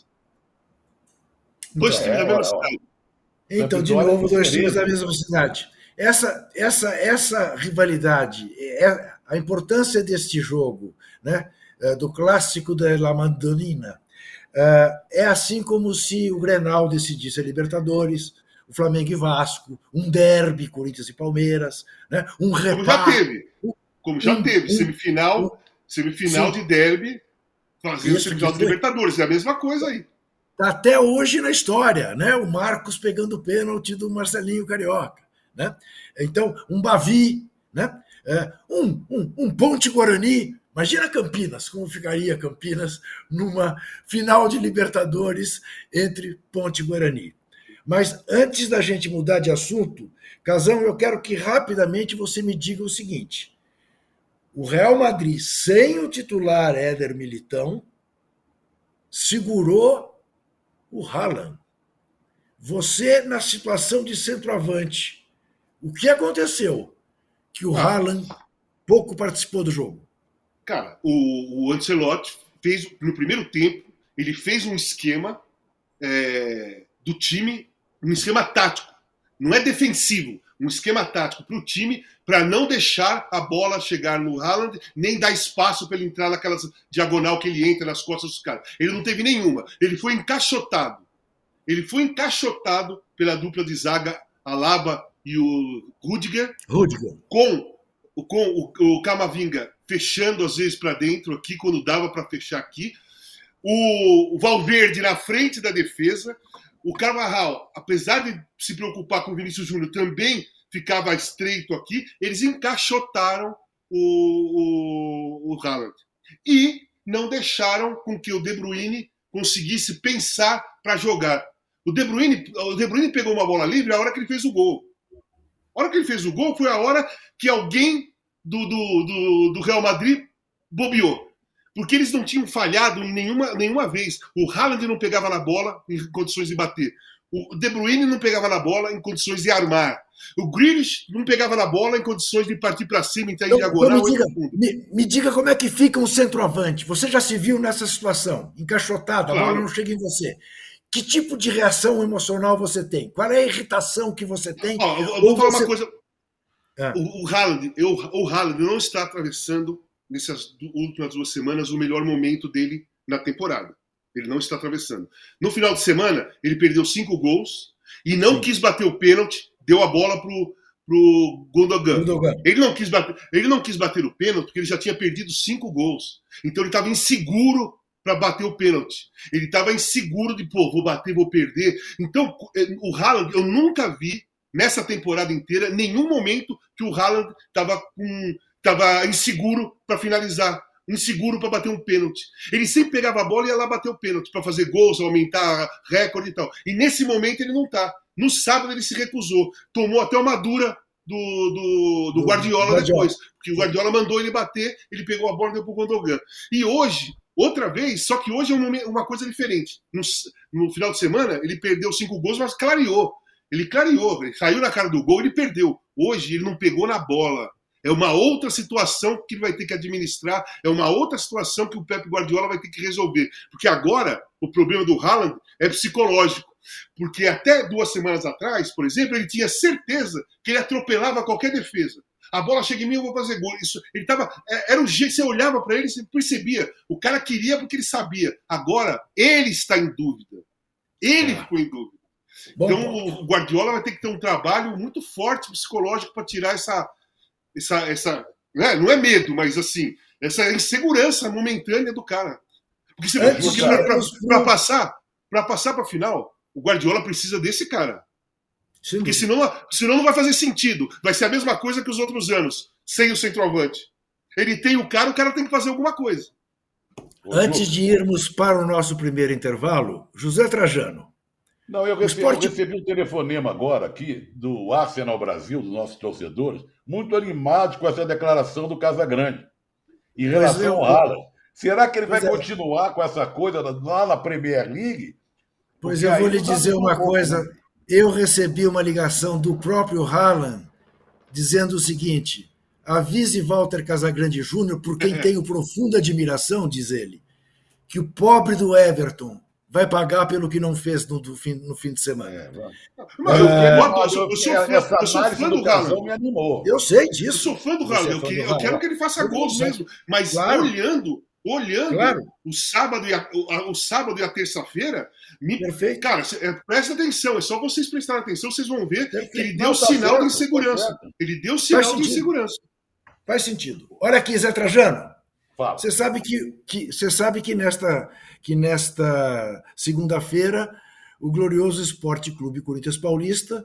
Dois times é, da mesma ó, cidade. Então, de novo, dois times da mesma cidade. Essa, essa, essa rivalidade, é, a importância deste jogo, né, do clássico da La Madonnina, é assim como se o Grenal decidisse a Libertadores, o Flamengo e Vasco, um derby, Corinthians e Palmeiras, né, um reparo. Como já teve. Como já um, teve. Semifinal, um, semifinal de derby, fazendo semifinal de Libertadores. É a mesma coisa aí. Até hoje na história, né? O Marcos pegando o pênalti do Marcelinho Carioca, né? Então, um Bavi, né? um, um, um Ponte Guarani. Imagina Campinas, como ficaria Campinas numa final de Libertadores entre Ponte e Guarani. Mas antes da gente mudar de assunto, Casão, eu quero que rapidamente você me diga o seguinte: o Real Madrid, sem o titular Éder Militão, segurou o Haaland. Você, na situação de centroavante, o que aconteceu? Que o ah. Haaland pouco participou do jogo. Cara, o, o Ancelotti fez, no primeiro tempo, ele fez um esquema é, do time, um esquema tático. Não é defensivo, um esquema tático para o time, para não deixar a bola chegar no Haaland, nem dar espaço para ele entrar naquela diagonal que ele entra nas costas dos caras. Ele não teve nenhuma. Ele foi encaixotado. Ele foi encaixotado pela dupla de zaga Alaba e o Rudiger, Rudiger. com, com o, o Camavinga fechando às vezes para dentro aqui, quando dava para fechar aqui. O, o Valverde na frente da defesa. O Carvajal, apesar de se preocupar com o Vinícius Júnior, também ficava estreito aqui. Eles encaixotaram o, o, o Haaland. E não deixaram com que o De Bruyne conseguisse pensar para jogar. O De Bruyne, o De Bruyne pegou uma bola livre a hora que ele fez o gol. A hora que ele fez o gol foi a hora que alguém do, do, do, do Real Madrid bobeou. Porque eles não tinham falhado em nenhuma, nenhuma vez. O Haaland não pegava na bola em condições de bater. O De Bruyne não pegava na bola em condições de armar. O Grealish não pegava na bola em condições de partir para cima, entrar em diagonal. Então, me, diga, me, me diga como é que fica um centroavante. Você já se viu nessa situação, encaixotado, a claro. bola não chega em você. Que tipo de reação emocional você tem? Qual é a irritação que você tem? Ó, eu vou falar você... uma coisa. Ah. O, o, Haaland, eu, o Haaland não está atravessando, nessas últimas duas semanas, o melhor momento dele na temporada. Ele não está atravessando. No final de semana, ele perdeu cinco gols e não Sim. quis bater o pênalti, deu a bola pro, pro Gundogan. Gundogan. Ele não quis bater, ele não quis bater o pênalti porque ele já tinha perdido cinco gols. Então ele estava inseguro para bater o pênalti. Ele estava inseguro de, pô, vou bater, vou perder. Então, o Haaland, eu nunca vi, nessa temporada inteira, nenhum momento que o Haaland estava com, tava inseguro para finalizar. Inseguro para bater um pênalti. Ele sempre pegava a bola e ia lá bater o pênalti para fazer gols, aumentar recorde e tal. E nesse momento ele não tá. No sábado ele se recusou. Tomou até uma dura do, do, do, do Guardiola, Guardiola depois. Porque o Guardiola mandou ele bater, ele pegou a bola e deu pro Gundogan. E hoje, outra vez, só que hoje é uma, uma coisa diferente. No, no final de semana, ele perdeu cinco gols, mas clareou. Ele clareou, ele caiu na cara do gol, ele perdeu. Hoje ele não pegou na bola. É uma outra situação que ele vai ter que administrar, é uma outra situação que o Pep Guardiola vai ter que resolver. Porque agora o problema do Haaland é psicológico. Porque até duas semanas atrás, por exemplo, ele tinha certeza que ele atropelava qualquer defesa. A bola chega em mim, eu vou fazer gol. Isso, ele tava, era o jeito, você olhava para ele, você percebia. O cara queria porque ele sabia. Agora, ele está em dúvida. Ele ficou em dúvida. Bom, então o Guardiola vai ter que ter um trabalho muito forte psicológico para tirar essa... Essa, essa, né? Não é medo, mas assim, essa insegurança momentânea do cara. Porque, porque para passar para passar para a final, o Guardiola precisa desse cara. Sim. Porque senão, senão não vai fazer sentido. Vai ser a mesma coisa que os outros anos, sem o centroavante. Ele tem o cara, o cara tem que fazer alguma coisa. Antes de irmos para o nosso primeiro intervalo, José Trajano. Não, eu recebi, esporte... eu recebi um telefonema agora aqui do Arsenal Brasil, dos nossos torcedores, muito animados com essa declaração do Casagrande em relação eu... ao Haaland. Será que ele pois vai é. continuar com essa coisa lá na Premier League? Pois Porque eu vou lhe dizer uma coisa. Eu recebi uma ligação do próprio Haaland dizendo o seguinte: avise Walter Casagrande Júnior, por quem tenho profunda admiração, diz ele, que o pobre do Everton vai pagar pelo que não fez no, no, fim, no fim de semana. É, mas eu, é, eu, eu, sou, eu, sou fã, eu sou fã do Haaland. Me animou. Eu sei disso. Eu sou fã do Haaland. Eu, que, eu quero que ele faça gols mesmo. Mas claro. olhando, olhando claro. o, sábado e a, o, o sábado e a terça-feira, me, cara, é, presta atenção. É só vocês prestarem atenção, vocês vão ver Perfeito. que ele deu não, tá sinal certo, de insegurança. Tá ele deu sinal Faz de sentido. insegurança. Faz sentido. Olha aqui, Zé Trajano. Fala. Você sabe que, que, você sabe que nesta, que nesta segunda-feira o glorioso Esporte Clube Corinthians Paulista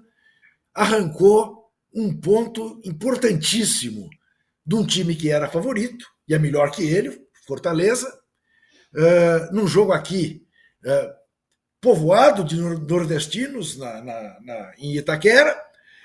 arrancou um ponto importantíssimo de um time que era favorito, e é melhor que ele, Fortaleza, uh, num jogo aqui uh, povoado de nordestinos na, na, na, em Itaquera,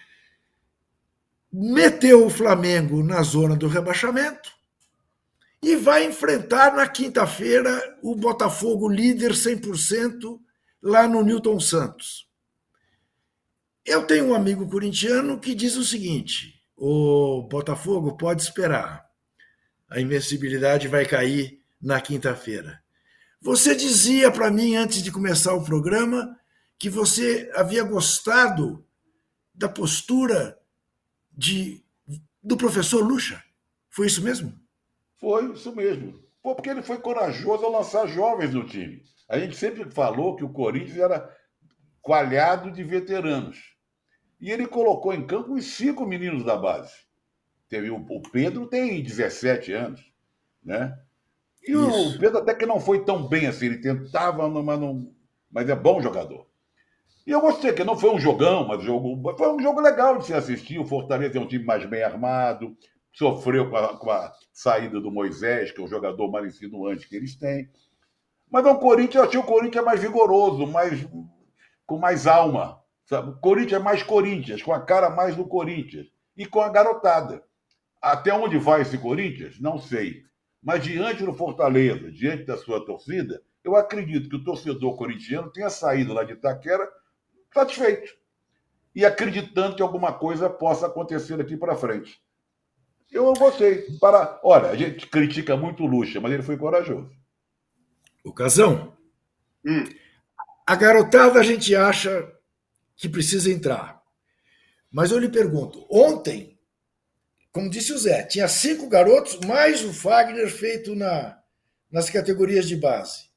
meteu o Flamengo na zona do rebaixamento, e vai enfrentar na quinta-feira o Botafogo líder cem por cento lá no Newton Santos. Eu tenho um amigo corintiano que diz o seguinte: o Botafogo pode esperar, a invencibilidade vai cair na quinta-feira. Você dizia para mim antes de começar o programa que você havia gostado da postura de, do professor Lucha. Foi isso mesmo? Foi isso mesmo. Foi porque ele foi corajoso ao lançar jovens no time. A gente sempre falou que o Corinthians era coalhado de veteranos. E ele colocou em campo os cinco meninos da base. Teve o, o Pedro tem dezessete anos, né? E isso. O Pedro até que não foi tão bem assim. Ele tentava, mas, não, mas é bom jogador. E eu gostei, que não foi um jogão, mas jogo, foi um jogo legal de se assistir. O Fortaleza é um time mais bem armado, sofreu com a, com a saída do Moisés, que é o jogador mais insinuante que eles têm. Mas o Corinthians, eu achei o Corinthians mais vigoroso, mais, com mais alma. Sabe? O Corinthians é mais Corinthians, com a cara mais do Corinthians. E com a garotada. Até onde vai esse Corinthians? Não sei. Mas diante do Fortaleza, diante da sua torcida, eu acredito que o torcedor corintiano tenha saído lá de Itaquera satisfeito. E acreditando que alguma coisa possa acontecer daqui para frente. Eu gostei. Para... Olha, a gente critica muito o Lucha, mas ele foi corajoso. O Casão, Hum. a garotada a gente acha que precisa entrar. Mas eu lhe pergunto, ontem, como disse o Zé, tinha cinco garotos, mais o Fagner feito na, nas categorias de base.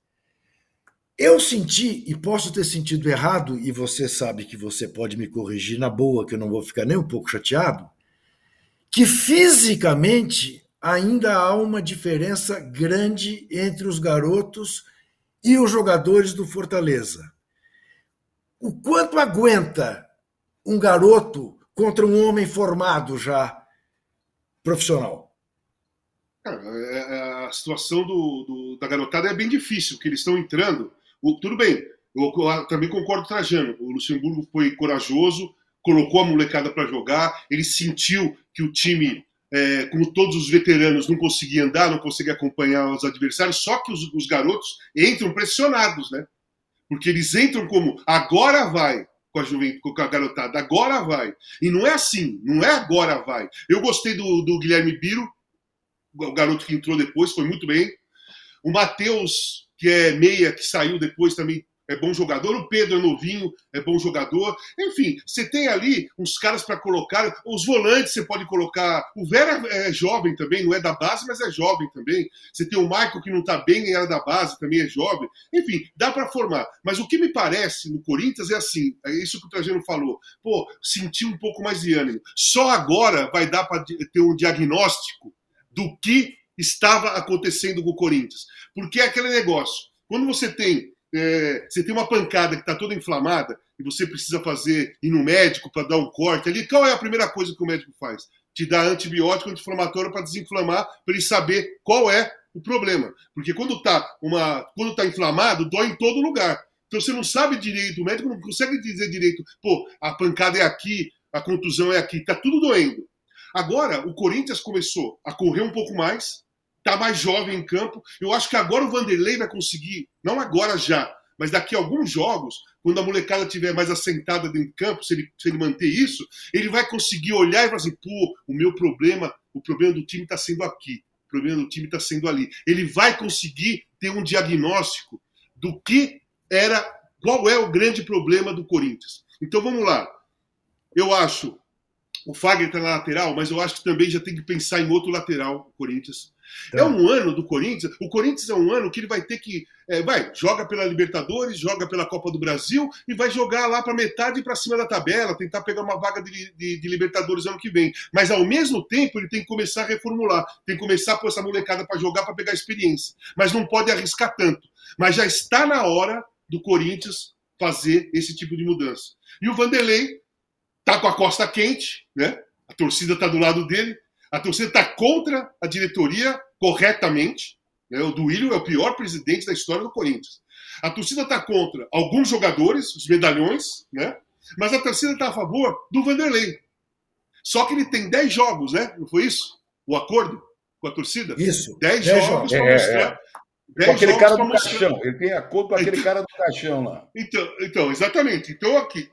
Eu senti, e posso ter sentido errado, e você sabe que você pode me corrigir na boa, que eu não vou ficar nem um pouco chateado, que fisicamente ainda há uma diferença grande entre os garotos e os jogadores do Fortaleza. O quanto aguenta um garoto contra um homem formado já profissional? Cara, a situação do, do, da garotada é bem difícil, porque eles estão entrando. O, tudo bem, eu, eu também concordo com o Trajano. O Luxemburgo foi corajoso, colocou a molecada para jogar, ele sentiu que o time, é, como todos os veteranos, não conseguia andar, não conseguia acompanhar os adversários, só que os, os garotos entram pressionados, né? Porque eles entram como, agora vai, com a juventude, com a garotada, agora vai. E não é assim, não é agora vai. Eu gostei do, do Guilherme Biro, o garoto que entrou depois, foi muito bem. O Matheus, que é meia, que saiu depois também, é bom jogador. O Pedro é novinho, é bom jogador. Enfim, você tem ali uns caras para colocar. Os volantes você pode colocar. O Vera é jovem também, não é da base, mas é jovem também. Você tem o Michael, que não está bem e era da base, também é jovem. Enfim, dá para formar. Mas o que me parece no Corinthians é assim, é isso que o Trajano falou. Pô, senti um pouco mais de ânimo. Só agora vai dar para ter um diagnóstico do que estava acontecendo com o Corinthians. Porque é aquele negócio. Quando você tem É, você tem uma pancada que está toda inflamada e você precisa fazer, ir no médico para dar um corte ali, qual é a primeira coisa que o médico faz? Te dá antibiótico anti-inflamatório para desinflamar, para ele saber qual é o problema. Porque quando está quando tá inflamado, dói em todo lugar. Então você não sabe direito, o médico não consegue dizer direito, pô, a pancada é aqui, a contusão é aqui, está tudo doendo. Agora, o Corinthians começou a correr um pouco mais, está mais jovem em campo. Eu acho que agora o Vanderlei vai conseguir, não agora já, mas daqui a alguns jogos, quando a molecada estiver mais assentada dentro de campo, se ele, se ele manter isso, ele vai conseguir olhar e falar assim, pô, o meu problema, o problema do time está sendo aqui, o problema do time está sendo ali. Ele vai conseguir ter um diagnóstico do que era, qual é o grande problema do Corinthians. Então vamos lá. Eu acho, o Fagner está na lateral, mas eu acho que também já tem que pensar em outro lateral, o Corinthians. É um ano do Corinthians. O Corinthians é um ano que ele vai ter que. É, vai, joga pela Libertadores, joga pela Copa do Brasil e vai jogar lá para metade e para cima da tabela, tentar pegar uma vaga de, de, de Libertadores ano que vem. Mas ao mesmo tempo ele tem que começar a reformular, tem que começar a pôr essa molecada para jogar, para pegar experiência. Mas não pode arriscar tanto. Mas já está na hora do Corinthians fazer esse tipo de mudança. E o Vanderlei está com a costa quente, né? A torcida está do lado dele. A torcida está contra a diretoria corretamente. Né? O Duílio é o pior presidente da história do Corinthians. A torcida está contra alguns jogadores, os medalhões, né? Mas a torcida está a favor do Vanderlei. Só que ele tem dez jogos, né? Não foi isso? O acordo com a torcida? Isso. dez jogos para mostrar. É, é. Com aquele cara do mostrar. Caixão. Ele tem acordo com aquele então, cara do caixão lá. Então, então, exatamente. Então, aqui,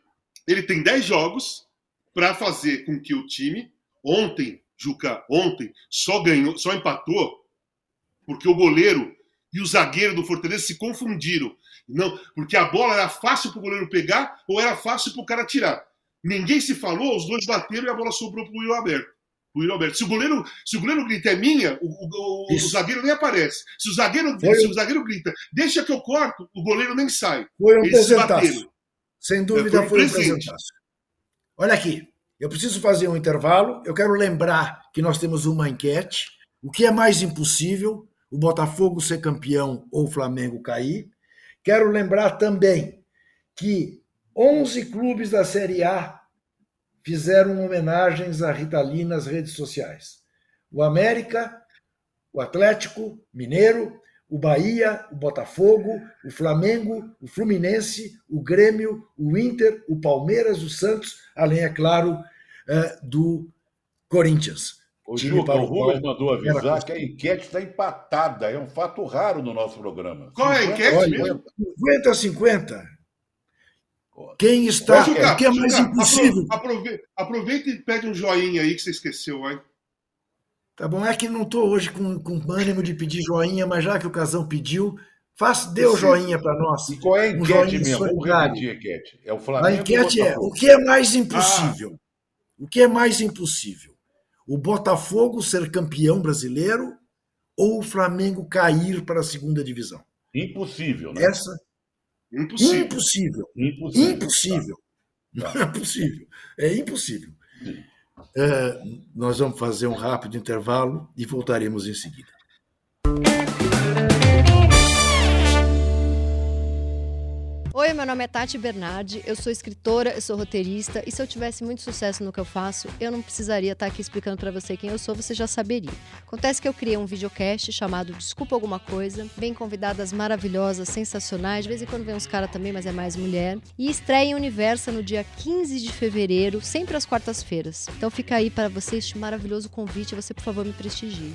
ele tem dez jogos para fazer com que o time. Ontem, Juca, ontem, só ganhou, só empatou porque o goleiro e o zagueiro do Fortaleza se confundiram. Não, porque a bola era fácil para o goleiro pegar ou era fácil para o cara tirar. Ninguém se falou, os dois bateram e a bola sobrou para o Will Alberto. Will Alberto. Se o goleiro, se o goleiro grita é minha, o, o, o zagueiro nem aparece. Se o zagueiro, se o zagueiro grita, deixa que eu corto, o goleiro nem sai. Foi um presentaço. Sem dúvida, é, foi um, foi um presentaço. Olha aqui. Eu preciso fazer um intervalo. Eu quero lembrar que nós temos uma enquete. O que é mais impossível? O Botafogo ser campeão ou o Flamengo cair? Quero lembrar também que onze clubes da Série A fizeram homenagens a Rita Lee nas redes sociais. O América, o Atlético Mineiro, o Bahia, o Botafogo, o Flamengo, o Fluminense, o Grêmio, o Inter, o Palmeiras, o Santos, além, é claro, do Corinthians. O Juca, o Rubens mandou avisar que a enquete está empatada. É um fato raro no nosso programa. Qual é a enquete mesmo? cinquenta a cinquenta. Quem está... Ô, Juca, o que é mais Juca, impossível? Aprove, aproveita e pede um joinha aí que você esqueceu, vai. Tá bom, é que não estou hoje com, com ânimo de pedir joinha, mas já que o Casão pediu, faça, dê o joinha para nós. E qual é a Um enquete joinha mesmo? Vamos solidário. repetir a enquete. É o A Flamengo enquete ou o é: o Botafogo? que é mais Ah, impossível? O que é mais impossível? O Botafogo ser campeão brasileiro ou o Flamengo cair para a segunda divisão? Impossível, né? Essa impossível. impossível. Impossível. Impossível. Tá. Não é possível. É impossível. É, nós vamos fazer um rápido intervalo e voltaremos em seguida. Oi, meu nome é Tati Bernardi, eu sou escritora, eu sou roteirista e se eu tivesse muito sucesso no que eu faço, eu não precisaria estar aqui explicando pra você quem eu sou, você já saberia. Acontece que eu criei um videocast chamado Desculpa Alguma Coisa, vem convidadas maravilhosas, sensacionais, de vez em quando vem uns caras também, mas é mais mulher, e estreia em Universa no dia quinze de fevereiro, sempre às quartas-feiras. Então fica aí para você este maravilhoso convite e você, por favor, me prestigie.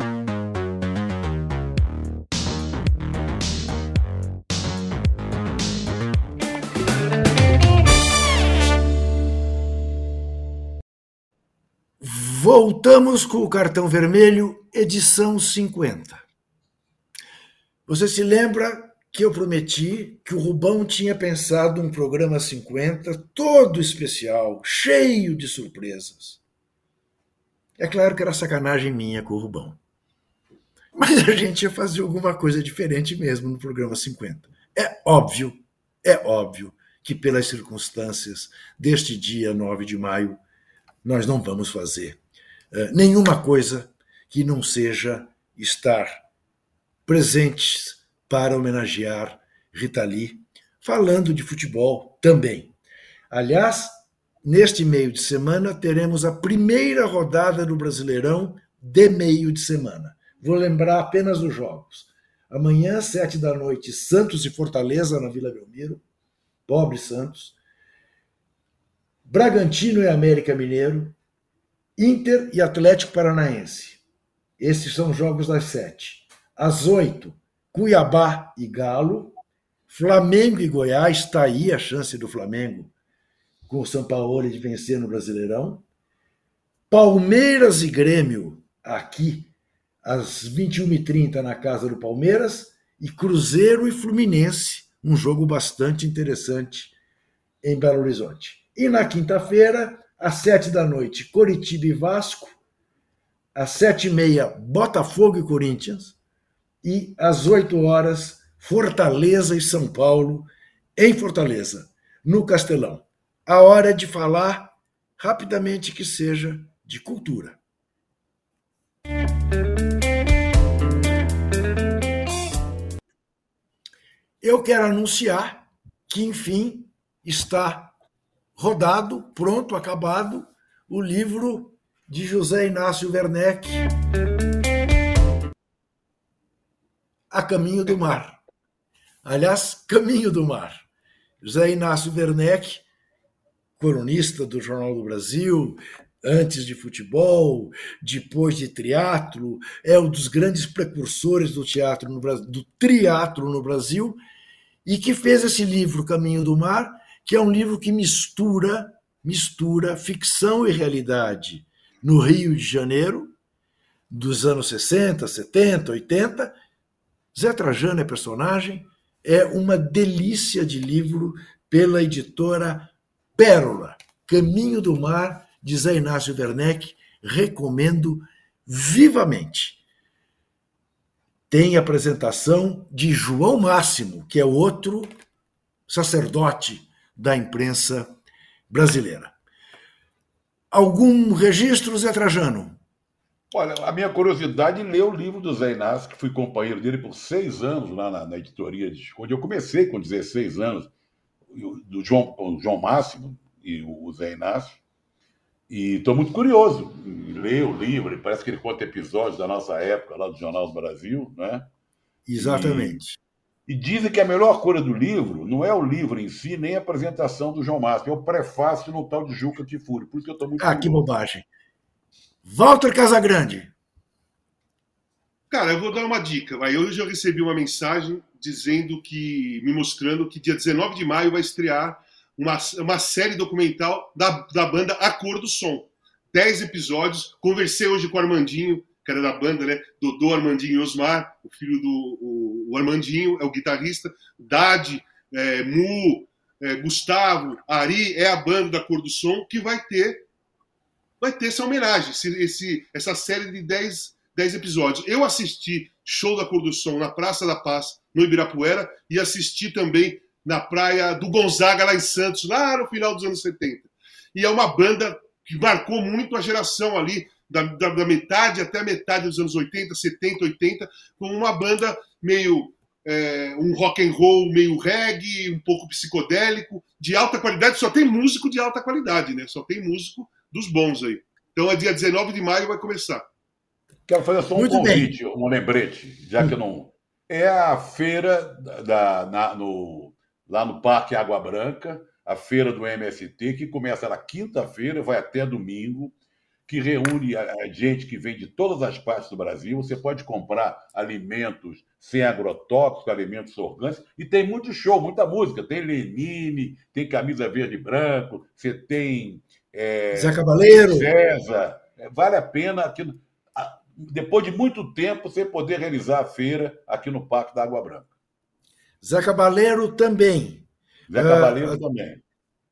Voltamos com o Cartão Vermelho, edição cinquenta. Você se lembra que eu prometi que o Rubão tinha pensado um programa cinquenta todo especial, cheio de surpresas. É claro que era sacanagem minha com o Rubão. Mas a gente ia fazer alguma coisa diferente mesmo no programa cinquenta. É óbvio, é óbvio que pelas circunstâncias deste dia nove de maio, nós não vamos fazer uh, nenhuma coisa que não seja estar presentes para homenagear Rita Lee, falando de futebol também. Aliás, neste meio de semana, teremos a primeira rodada do Brasileirão de meio de semana. Vou lembrar apenas os jogos. Amanhã, sete da noite, Santos e Fortaleza na Vila Belmiro. Pobre Santos. Bragantino e América Mineiro, Inter e Atlético Paranaense. Esses são os jogos das sete. Às oito, Cuiabá e Galo, Flamengo e Goiás, está aí a chance do Flamengo com o Sampaoli de vencer no Brasileirão. Palmeiras e Grêmio, aqui, às vinte e uma e trinta na casa do Palmeiras, e Cruzeiro e Fluminense, um jogo bastante interessante em Belo Horizonte. E na quinta-feira, às sete da noite, Coritiba e Vasco, às sete e meia, Botafogo e Corinthians, e às oito horas, Fortaleza e São Paulo, em Fortaleza, no Castelão. A hora de falar, rapidamente que seja, de cultura. Eu quero anunciar que, enfim, está rodado, pronto, acabado, o livro de José Inácio Werneck, A Caminho do Mar. Aliás, Caminho do Mar. José Inácio Werneck, cronista do Jornal do Brasil, antes de futebol, depois de teatro, é um dos grandes precursores do teatro no Brasil, do triatlo no Brasil, e que fez esse livro, Caminho do Mar, que é um livro que mistura, mistura ficção e realidade no Rio de Janeiro, dos anos sessenta, setenta, oitenta. Zé Trajano é personagem, é uma delícia de livro pela editora Pérola. Caminho do Mar, de Zé Inácio Werneck, recomendo vivamente. Tem apresentação de João Máximo, que é outro sacerdote da imprensa brasileira. Algum registro, Zé Trajano? Olha, a minha curiosidade é ler o livro do Zé Inácio, que fui companheiro dele por seis anos lá na, na editoria, de, onde eu comecei com dezesseis anos, do João, o João Máximo e o, o Zé Inácio. E estou muito curioso em ler o livro, parece que ele conta episódios da nossa época, lá do Jornal do Brasil, né? Exatamente. E, e dizem que a melhor coisa do livro não é o livro em si, nem a apresentação do João Máximo, é o prefácio no tal de Juca Kfouri, por isso que eu estou muito Ah, curioso. que bobagem. Walter Casagrande. Cara, eu vou dar uma dica. Vai. Hoje eu recebi uma mensagem dizendo que, me mostrando que dia dezenove de maio vai estrear uma, uma série documental da, da banda A Cor do Som. Dez episódios. Conversei hoje com o Armandinho, que era da banda, né? Dodô, Armandinho e Osmar, o filho do o, o Armandinho, é o guitarrista. Dade, é, Mu, é, Gustavo, Ari, é a banda da Cor do Som, que vai ter, vai ter essa homenagem, esse, esse, essa série de dez, dez episódios. Eu assisti Show da Cor do Som na Praça da Paz, no Ibirapuera, e assisti também na praia do Gonzaga, lá em Santos, lá no final dos anos setenta. E é uma banda que marcou muito a geração ali, da, da, da metade até a metade dos anos oitenta, setenta, oitenta, como uma banda meio... É, um rock and roll meio reggae, um pouco psicodélico, de alta qualidade. Só tem músico de alta qualidade, né? Só tem músico dos bons aí. Então é dia dezenove de maio vai começar. Quero fazer só um Muito convite, bem. um lembrete, já que eu não... É a feira da, na, no, lá no Parque Água Branca, a feira do M S T, que começa na quinta-feira, vai até domingo, que reúne a, a gente que vem de todas as partes do Brasil. Você pode comprar alimentos sem agrotóxicos, alimentos orgânicos, e tem muito show, muita música. Tem Lenine, tem Camisa Verde e Branco, você tem... É, Zé Cabaleiro. César. Vale a pena, aqui, depois de muito tempo, você poder realizar a feira aqui no Parque da Água Branca. Zé Cabaleiro também. Zé Cabaleiro uh, também.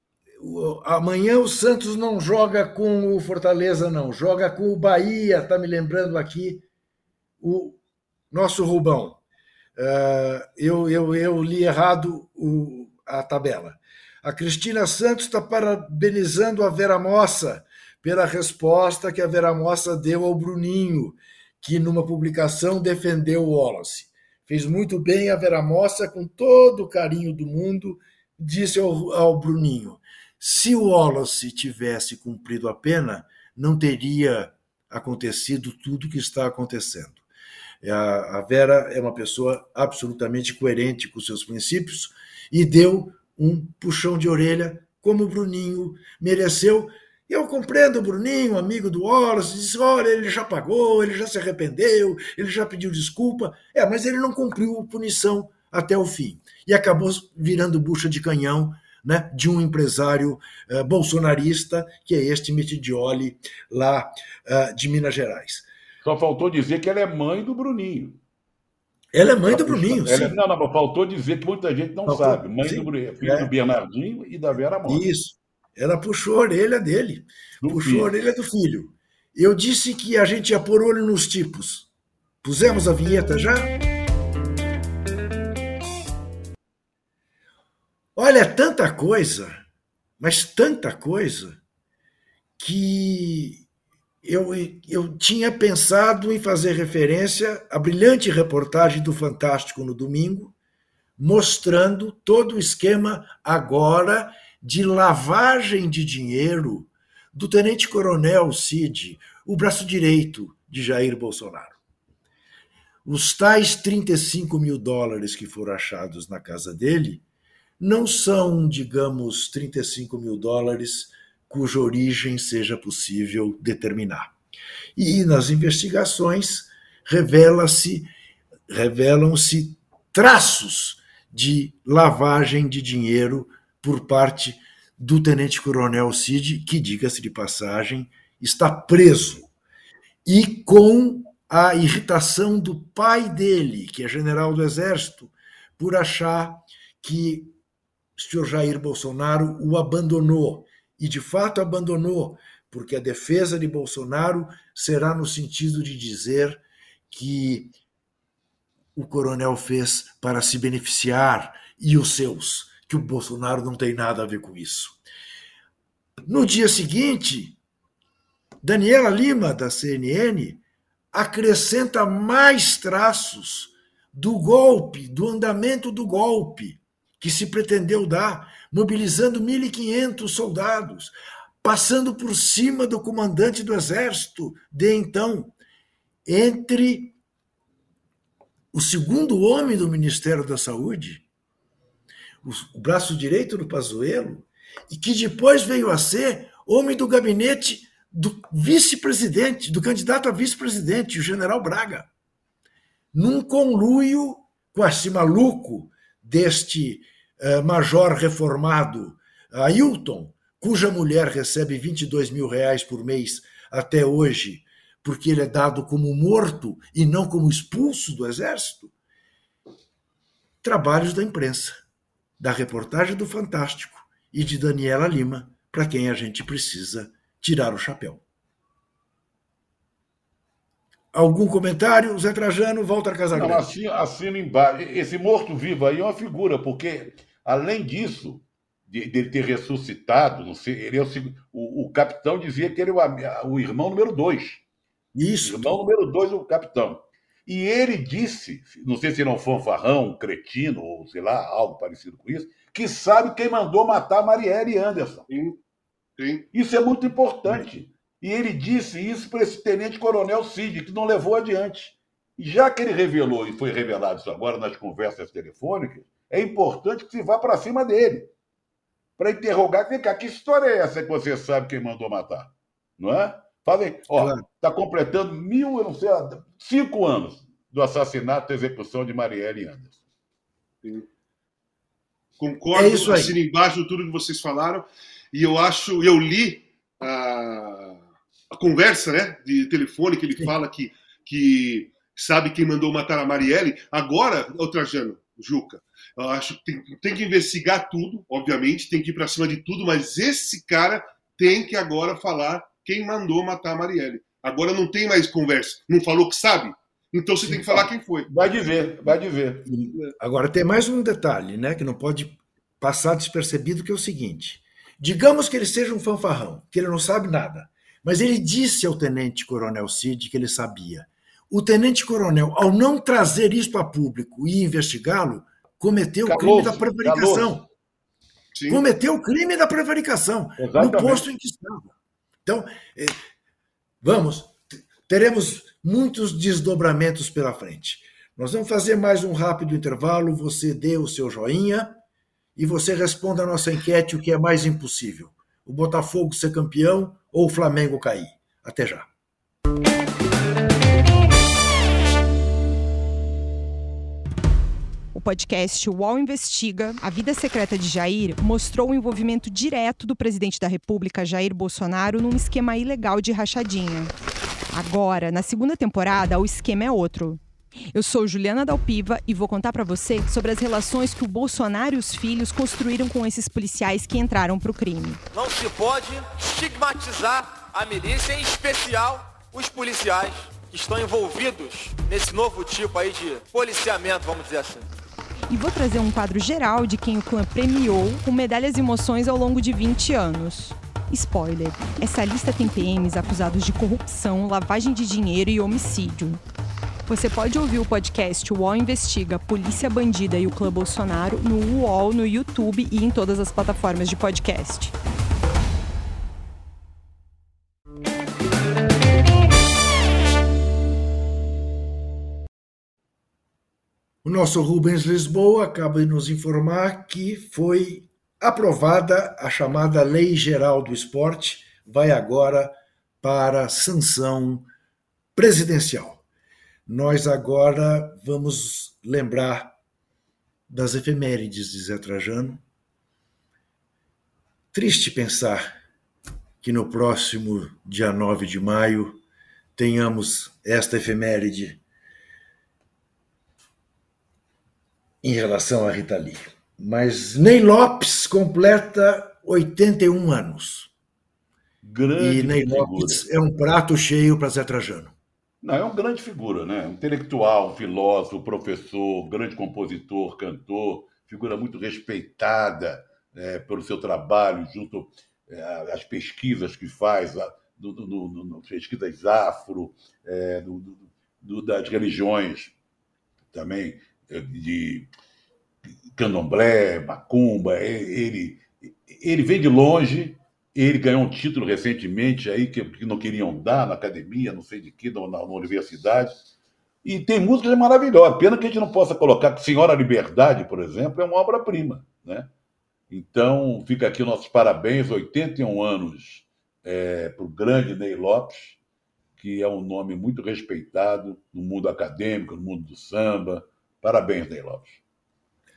Amanhã o Santos não joga com o Fortaleza, não. Joga com o Bahia, está me lembrando aqui o nosso Rubão. Uh, eu, eu, eu li errado o, a tabela. A Cristina Santos está parabenizando a Vera Mossa pela resposta que a Vera Mossa deu ao Bruninho, que numa publicação defendeu o Wallace. Fez muito bem a Vera Mossa, com todo o carinho do mundo, disse ao, ao Bruninho: se o Wallace tivesse cumprido a pena, não teria acontecido tudo o que está acontecendo. A Vera é uma pessoa absolutamente coerente com seus princípios e deu um puxão de orelha, como o Bruninho mereceu. Eu compreendo o Bruninho, amigo do Wallace, disse: olha, ele já pagou, ele já se arrependeu, ele já pediu desculpa. É, mas ele não cumpriu a punição até o fim. E acabou virando bucha de canhão, né, de um empresário uh, bolsonarista, que é este Metidioli, lá uh, de Minas Gerais. Só faltou dizer que ela é mãe do Bruninho. Ela é mãe do Bruninho, ela, sim. Não, não, faltou dizer que muita gente não faltou, sabe. Mãe sim, do Bruninho, filho é. do Bernardinho e da Vera Mossa. Isso. Ela puxou a orelha dele, Do puxou filho. a orelha do filho. Eu disse que a gente ia pôr olho nos tipos. Pusemos a vinheta já? Olha, tanta coisa, mas tanta coisa, que eu, eu tinha pensado em fazer referência à brilhante reportagem do Fantástico no domingo, mostrando todo o esquema agora de lavagem de dinheiro do tenente-coronel Cid, o braço direito de Jair Bolsonaro. Os tais trinta e cinco mil dólares que foram achados na casa dele não são, digamos, trinta e cinco mil dólares cuja origem seja possível determinar. E nas investigações revela-se, revelam-se traços de lavagem de dinheiro por parte do tenente-coronel Cid, que, diga-se de passagem, está preso. E com a irritação do pai dele, que é general do Exército, por achar que o senhor Jair Bolsonaro o abandonou. E, de fato, abandonou, porque a defesa de Bolsonaro será no sentido de dizer que o coronel fez para se beneficiar e os seus, que o Bolsonaro não tem nada a ver com isso. No dia seguinte, Daniela Lima, da C N N, acrescenta mais traços do golpe, do andamento do golpe que se pretendeu dar, mobilizando mil e quinhentos soldados, passando por cima do comandante do Exército de então, entre o segundo homem do Ministério da Saúde, o braço direito do Pazuello, e que depois veio a ser homem do gabinete do vice-presidente, do candidato a vice-presidente, o general Braga, num conluio com esse maluco deste uh, major reformado Ailton, cuja mulher recebe vinte e dois mil reais por mês até hoje, porque ele é dado como morto e não como expulso do Exército. Trabalhos da imprensa, da reportagem do Fantástico e de Daniela Lima, para quem a gente precisa tirar o chapéu. Algum comentário? Zé Trajano, Walter Casagrande. Não, assino, assino embaixo. Esse morto-vivo aí é uma figura, porque, além disso, de, de ele ter ressuscitado, não sei, ele é o, o, o capitão dizia que ele é o, o irmão número dois. Isso. Irmão número dois do capitão. E ele disse, não sei se ele é um fanfarrão, um cretino, ou sei lá, algo parecido com isso, que sabe quem mandou matar Marielle Anderson. Sim, sim. Isso é muito importante. E ele disse isso para esse tenente-coronel Cid, que não levou adiante. E já que ele revelou, e foi revelado isso agora nas conversas telefônicas, é importante que se vá para cima dele, para interrogar, vem cá, que história é essa que você sabe quem mandou matar? Não é? Falei, ó, está completando mil, eu não sei, cinco anos do assassinato e execução de Marielle Anderson. Sim. Concordo, é isso aí. Assino embaixo tudo que vocês falaram, e eu acho, eu li a, a conversa, né, de telefone, que ele Sim. fala que, que sabe quem mandou matar a Marielle. Agora, ô Trajano, Juca, eu acho que tem, tem que investigar tudo, obviamente, tem que ir para cima de tudo, mas esse cara tem que agora falar quem mandou matar a Marielle. Agora não tem mais conversa. Não falou que sabe? Então você Sim, tem que falar quem foi. Vai dizer, vai dizer. Agora tem mais um detalhe, né, que não pode passar despercebido, que é o seguinte. Digamos que ele seja um fanfarrão, que ele não sabe nada, mas ele disse ao tenente-coronel Cid que ele sabia. O tenente-coronel, ao não trazer isso a público e investigá-lo, cometeu o crime da prevaricação. Cometeu o crime da prevaricação no posto em que estava. Então, vamos, teremos muitos desdobramentos pela frente. Nós vamos fazer mais um rápido intervalo, você dê o seu joinha e você responda a nossa enquete o que é mais impossível. O Botafogo ser campeão ou o Flamengo cair. Até já. O podcast U O L Investiga, A Vida Secreta de Jair, mostrou o envolvimento direto do presidente da República, Jair Bolsonaro, num esquema ilegal de rachadinha. Agora, na segunda temporada, o esquema é outro. Eu sou Juliana Dalpiva e vou contar para você sobre as relações que o Bolsonaro e os filhos construíram com esses policiais que entraram pro crime. Não se pode estigmatizar a milícia, em especial os policiais que estão envolvidos nesse novo tipo aí de policiamento, vamos dizer assim. E vou trazer um quadro geral de quem o clã premiou com medalhas e emoções ao longo de vinte anos. Spoiler, essa lista tem P Ms acusados de corrupção, lavagem de dinheiro e homicídio. Você pode ouvir o podcast U O L Investiga, Polícia Bandida e o Clã Bolsonaro no U O L, no YouTube e em todas as plataformas de podcast. O nosso Rubens Lisboa acaba de nos informar que foi aprovada a chamada Lei Geral do Esporte, vai agora para sanção presidencial. Nós agora vamos lembrar das efemérides de Zé Trajano. Triste pensar que no próximo dia nove de maio tenhamos esta efeméride em relação a Rita Lee. Mas Ney Lopes completa oitenta e um anos. Grande e Ney figura. Lopes é um prato cheio para Zé Trajano. Não, é uma grande figura, né? Um intelectual, filósofo, professor, grande compositor, cantor, figura muito respeitada é, pelo seu trabalho, junto é, às pesquisas que faz, a, do, do, do, do, pesquisas afro, é, do, do, do, das religiões também, de candomblé, macumba. Ele, ele vem de longe. Ele ganhou um título recentemente aí que, que não queriam dar na academia, não sei de que, na, na universidade. E tem músicas maravilhosas. Pena que a gente não possa colocar que Senhora Liberdade, por exemplo, é uma obra-prima, né? Então, fica aqui nossos parabéns, oitenta e um anos é, para o grande Ney Lopes, que é um nome muito respeitado no mundo acadêmico, no mundo do samba. Parabéns, Ney Lopes.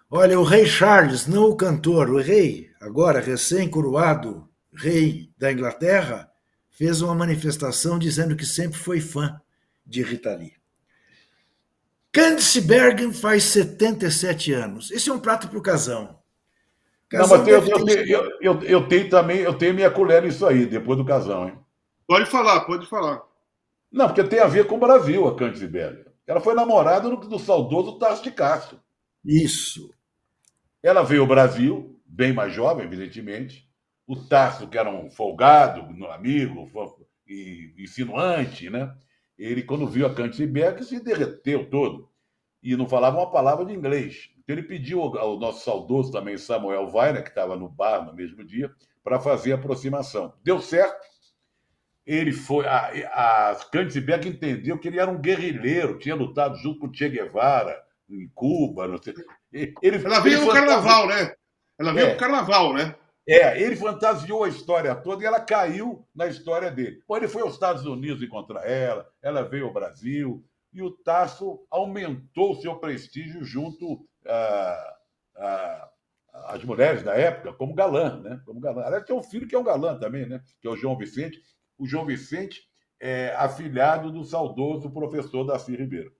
Olha, o rei Charles, não o cantor, o rei, agora recém-coroado rei da Inglaterra, fez uma manifestação dizendo que sempre foi fã de Rita Lee. Candice Bergen faz setenta e sete anos. Esse é um prato para o Casão. Não, mas eu, eu, eu, eu, eu tenho também, eu tenho minha colher nisso aí, depois do Casão, hein? Pode falar, pode falar. Não, porque tem a ver com o Brasil, a Candice Bergen. Ela foi namorada do, do saudoso Tasso de Castro. Isso. Ela veio ao Brasil, bem mais jovem, evidentemente. O Tasso, que era um folgado, um amigo, e insinuante, né? Ele, quando viu a Candice Bergen, se derreteu todo. E não falava uma palavra de inglês. Então ele pediu ao nosso saudoso também, Samuel Weiner, que estava no bar no mesmo dia, para fazer a aproximação. Deu certo. Ele foi. A, a Candice Bergen entendeu que ele era um guerrilheiro, tinha lutado junto com o Che Guevara, em Cuba, não sei. Ele, Ela veio ele no fantasiou... carnaval, né? Ela veio é. no carnaval, né? É, ele fantasiou a história toda e ela caiu na história dele. Bom, ele foi aos Estados Unidos encontrar ela, ela veio ao Brasil, e o Tasso aumentou o seu prestígio junto a, a, às mulheres da época, como galã, né? Como galã. Aliás, tem um filho que é um galã também, né? Que é o João Vicente. O João Vicente é afilhado do saudoso professor Darcy Ribeiro.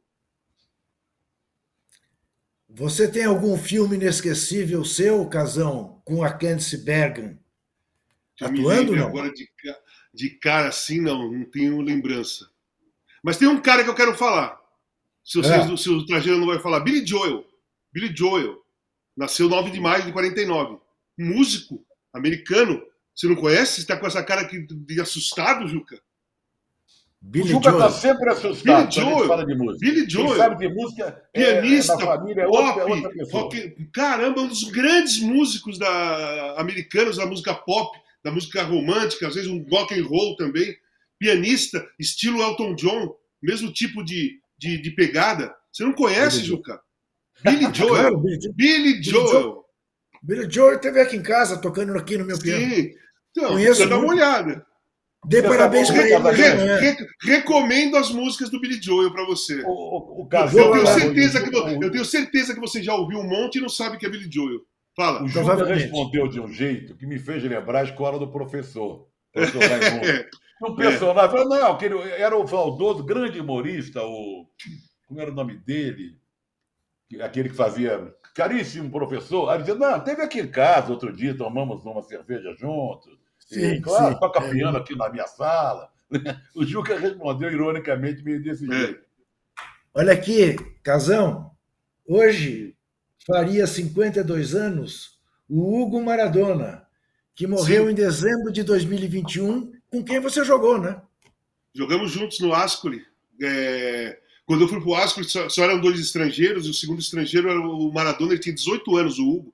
Você tem algum filme inesquecível seu, Casão, com a Candice Bergen atuando, não? Agora de, de cara assim, não, não tenho lembrança. Mas tem um cara que eu quero falar. Se, vocês, é. se o Trajano não vai falar. Billy Joel. Billy Joel. Nasceu nove de maio de quarenta e nove. Músico americano. Você não conhece? Você está com essa cara aqui de assustado, Juca? Billy o Juca está sempre assustado Billy Joel. Fala de música. Billy Joel. Quem sabe de música, pianista, é, família, pop, é outra, é outra pessoa. rock, caramba, um dos grandes músicos da, americanos da música pop, da música romântica, às vezes um rock and roll também. Pianista, estilo Elton John, mesmo tipo de, de, de pegada. Você não conhece, Billy Juca? Billy Joel. Claro, Billy, Billy Joel. Joel. Billy Joel esteve aqui em casa, tocando aqui no meu piano. Sim. Então, você dá uma olhada. Dê parabéns para ele. Re, re, recomendo as músicas do Billy Joel para você. O, o, o Casão, eu, tenho certeza que, eu tenho certeza que você já ouviu um monte e não sabe que é Billy Joel. Fala. O Juca respondeu de um jeito que me fez lembrar a escola do professor. professor Raimundo. Um personagem. É. Não, aquele, era o saudoso grande humorista, o. Como era o nome dele? Aquele que fazia. Caríssimo professor. Aí dizia, não, teve aqui em casa outro dia, tomamos uma cerveja juntos. Sim, e, claro, sim, toca é, piano aqui na minha sala. O Juca respondeu ironicamente meio desse é. jeito. Olha aqui, Casão, hoje faria cinquenta e dois anos o Hugo Maradona, que morreu sim. em dezembro de dois mil e vinte e um, com quem você jogou, né? Jogamos juntos no Ascoli. É... Quando eu fui para o Ascoli, só, só eram dois estrangeiros, e o segundo estrangeiro era o Maradona, ele tinha dezoito anos, o Hugo.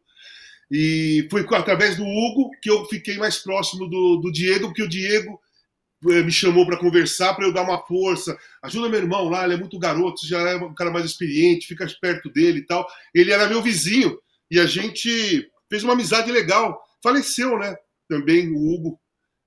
E foi através do Hugo que eu fiquei mais próximo do, do Diego, porque o Diego me chamou para conversar, para eu dar uma força. Ajuda meu irmão lá, ele é muito garoto, já é um cara mais experiente, fica perto dele e tal. Ele era meu vizinho e a gente fez uma amizade legal. Faleceu, né? Também o Hugo.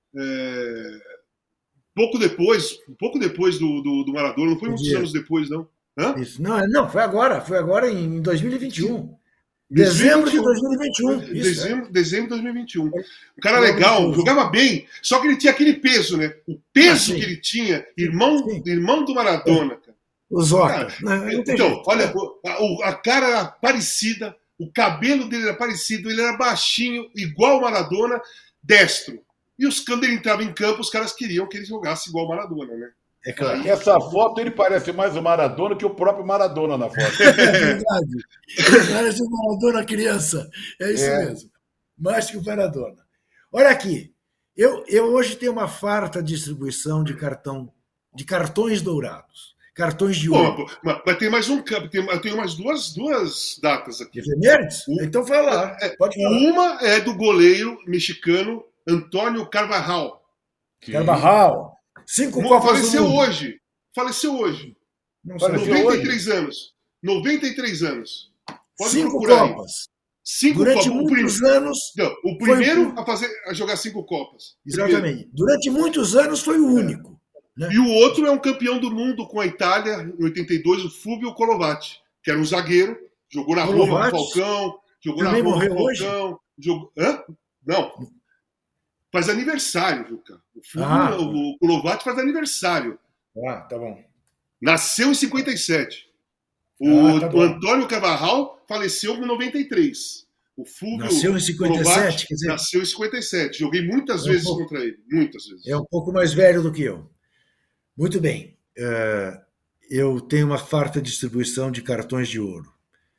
É... Pouco depois, pouco depois do, do, do Maradona, não foi muitos anos depois, não. Hã? Isso, não, não, foi agora, foi agora em dois mil e vinte e um. Dezembro de dois mil e vinte e um. Isso, dezembro, é. dezembro de dois mil e vinte e um. Um cara legal, jogava bem, só que ele tinha aquele peso, né? O peso ah, que ele tinha, irmão, irmão do Maradona. Cara. Os óculos. Então, olha, a, a cara era parecida, o cabelo dele era parecido, ele era baixinho, igual o Maradona, destro. E os, quando ele entrava em campo, os caras queriam que ele jogasse igual o Maradona, né? É claro. Essa foto ele parece mais o Maradona que o próprio Maradona na foto. É verdade. Parece o Maradona criança. É isso é. mesmo. Mais que o Maradona. Olha aqui. Eu, eu hoje tenho uma farta distribuição de cartão, de cartões dourados. Cartões de ouro. Mas, mas tem mais um campo. Eu tenho mais duas, duas datas aqui. Efemérides? Então fala. É, Pode falar. Uma é do goleiro mexicano Antônio Carvajal. Carvajal. Cinco Copas Faleceu do mundo. hoje. Faleceu hoje. Não Faleceu noventa e três hoje. anos. noventa e três anos. Pode cinco Copas. Aí. Cinco Durante Copas. muitos o prim... anos. Não, o primeiro foi... a, fazer, a jogar cinco Copas. Exatamente. Primeiro. Durante muitos anos foi o único. É. Né? E o outro é um campeão do mundo com a Itália, em oitenta e dois, o Fulvio Colovati, que era um zagueiro Jogou na Kolovati Roma com o Falcão, jogou na também Roma morreu com o hoje? Falcão. Jogou... Hã? Não. Faz aniversário, Juca. O, Fulvio, Ah. o Kolovati faz aniversário. Ah, tá bom. Nasceu em cinquenta e sete. O, Ah, tá bom. o Antônio Carvajal faleceu em noventa e três. O Fulvio Nasceu em cinquenta e sete, Kolovati quer dizer- nasceu em cinquenta e sete. Joguei muitas É um vezes pouco- contra ele. Muitas vezes. É um pouco mais velho do que eu. Muito bem. Eh, eu tenho uma farta distribuição de cartões de ouro.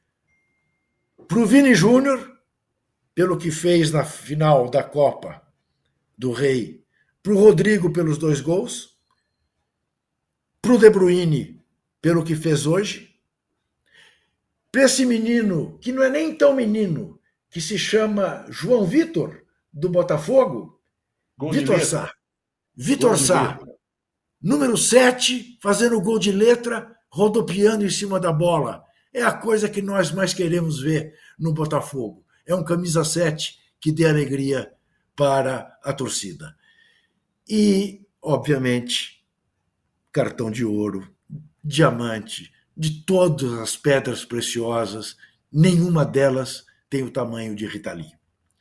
Para o Vini Júnior, pelo que fez na final da Copa do Rei. Para o Rodrigo, pelos dois gols. Para o De Bruyne, pelo que fez hoje. Para esse menino, que não é nem tão menino, que se chama João Vitor, do Botafogo. Gol de Vitor letra. Sá. Vitor Gol de Sá. letra. Número sete, fazendo gol de letra, rodopiando em cima da bola. É a coisa que nós mais queremos ver no Botafogo. É um camisa sete que dê alegria para a torcida. E, obviamente, cartão de ouro, diamante, de todas as pedras preciosas, nenhuma delas tem o tamanho de Rita Lee.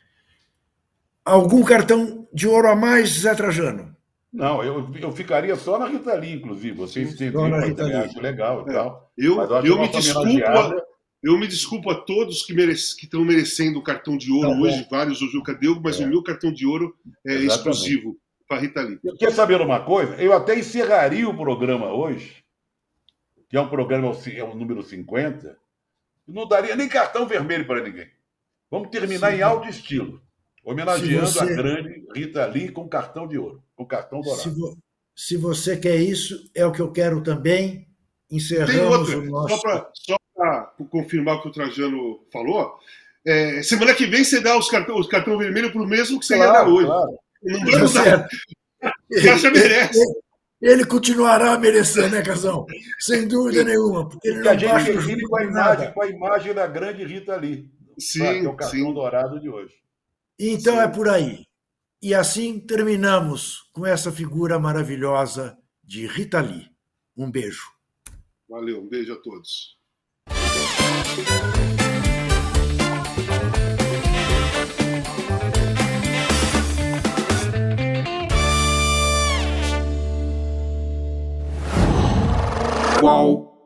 Algum cartão de ouro a mais, Zé Trajano? Não, eu, eu ficaria só na Rita Lee, inclusive. Vocês Só na entenderam, eu Rita também Lee. acho legal e É. tal. Eu, Mas acho eu que me nossa desculpo. homenageada- Eu me desculpo a todos que merece- que estão merecendo o cartão de ouro Tá bom. hoje, vários o Juca deu, mas É. o meu cartão de ouro é Exatamente. exclusivo para a Rita Lee. Eu quer saber uma coisa? Eu até encerraria o programa hoje, que é um programa, é o número cinquenta, e não daria nem cartão vermelho para ninguém. Vamos terminar Se em vo- alto estilo, homenageando se você- a grande Rita Lee com cartão de ouro, com cartão Se, dourado. vo- se você quer isso, é o que eu quero também. Tem Encerramos outra, o nosso. só para confirmar o que o Trajano falou, é, semana que vem você dá os cartão, os cartão vermelho para o mesmo que você ia dar Claro, hoje. claro. Não Tá vai mudar. certo. O cara já merece. Ele continuará a merecer, né, Casão? Sem dúvida nenhuma, porque ele Que a não gente baixa o termine jugo com a, de imagem, nada. com a imagem da grande Rita Lee, Sim, que é o cartão sim. dourado de hoje. Então Sim. é por aí. E assim terminamos com essa figura maravilhosa de Rita Lee. Um beijo. Valeu, um beijo a todos. Qual?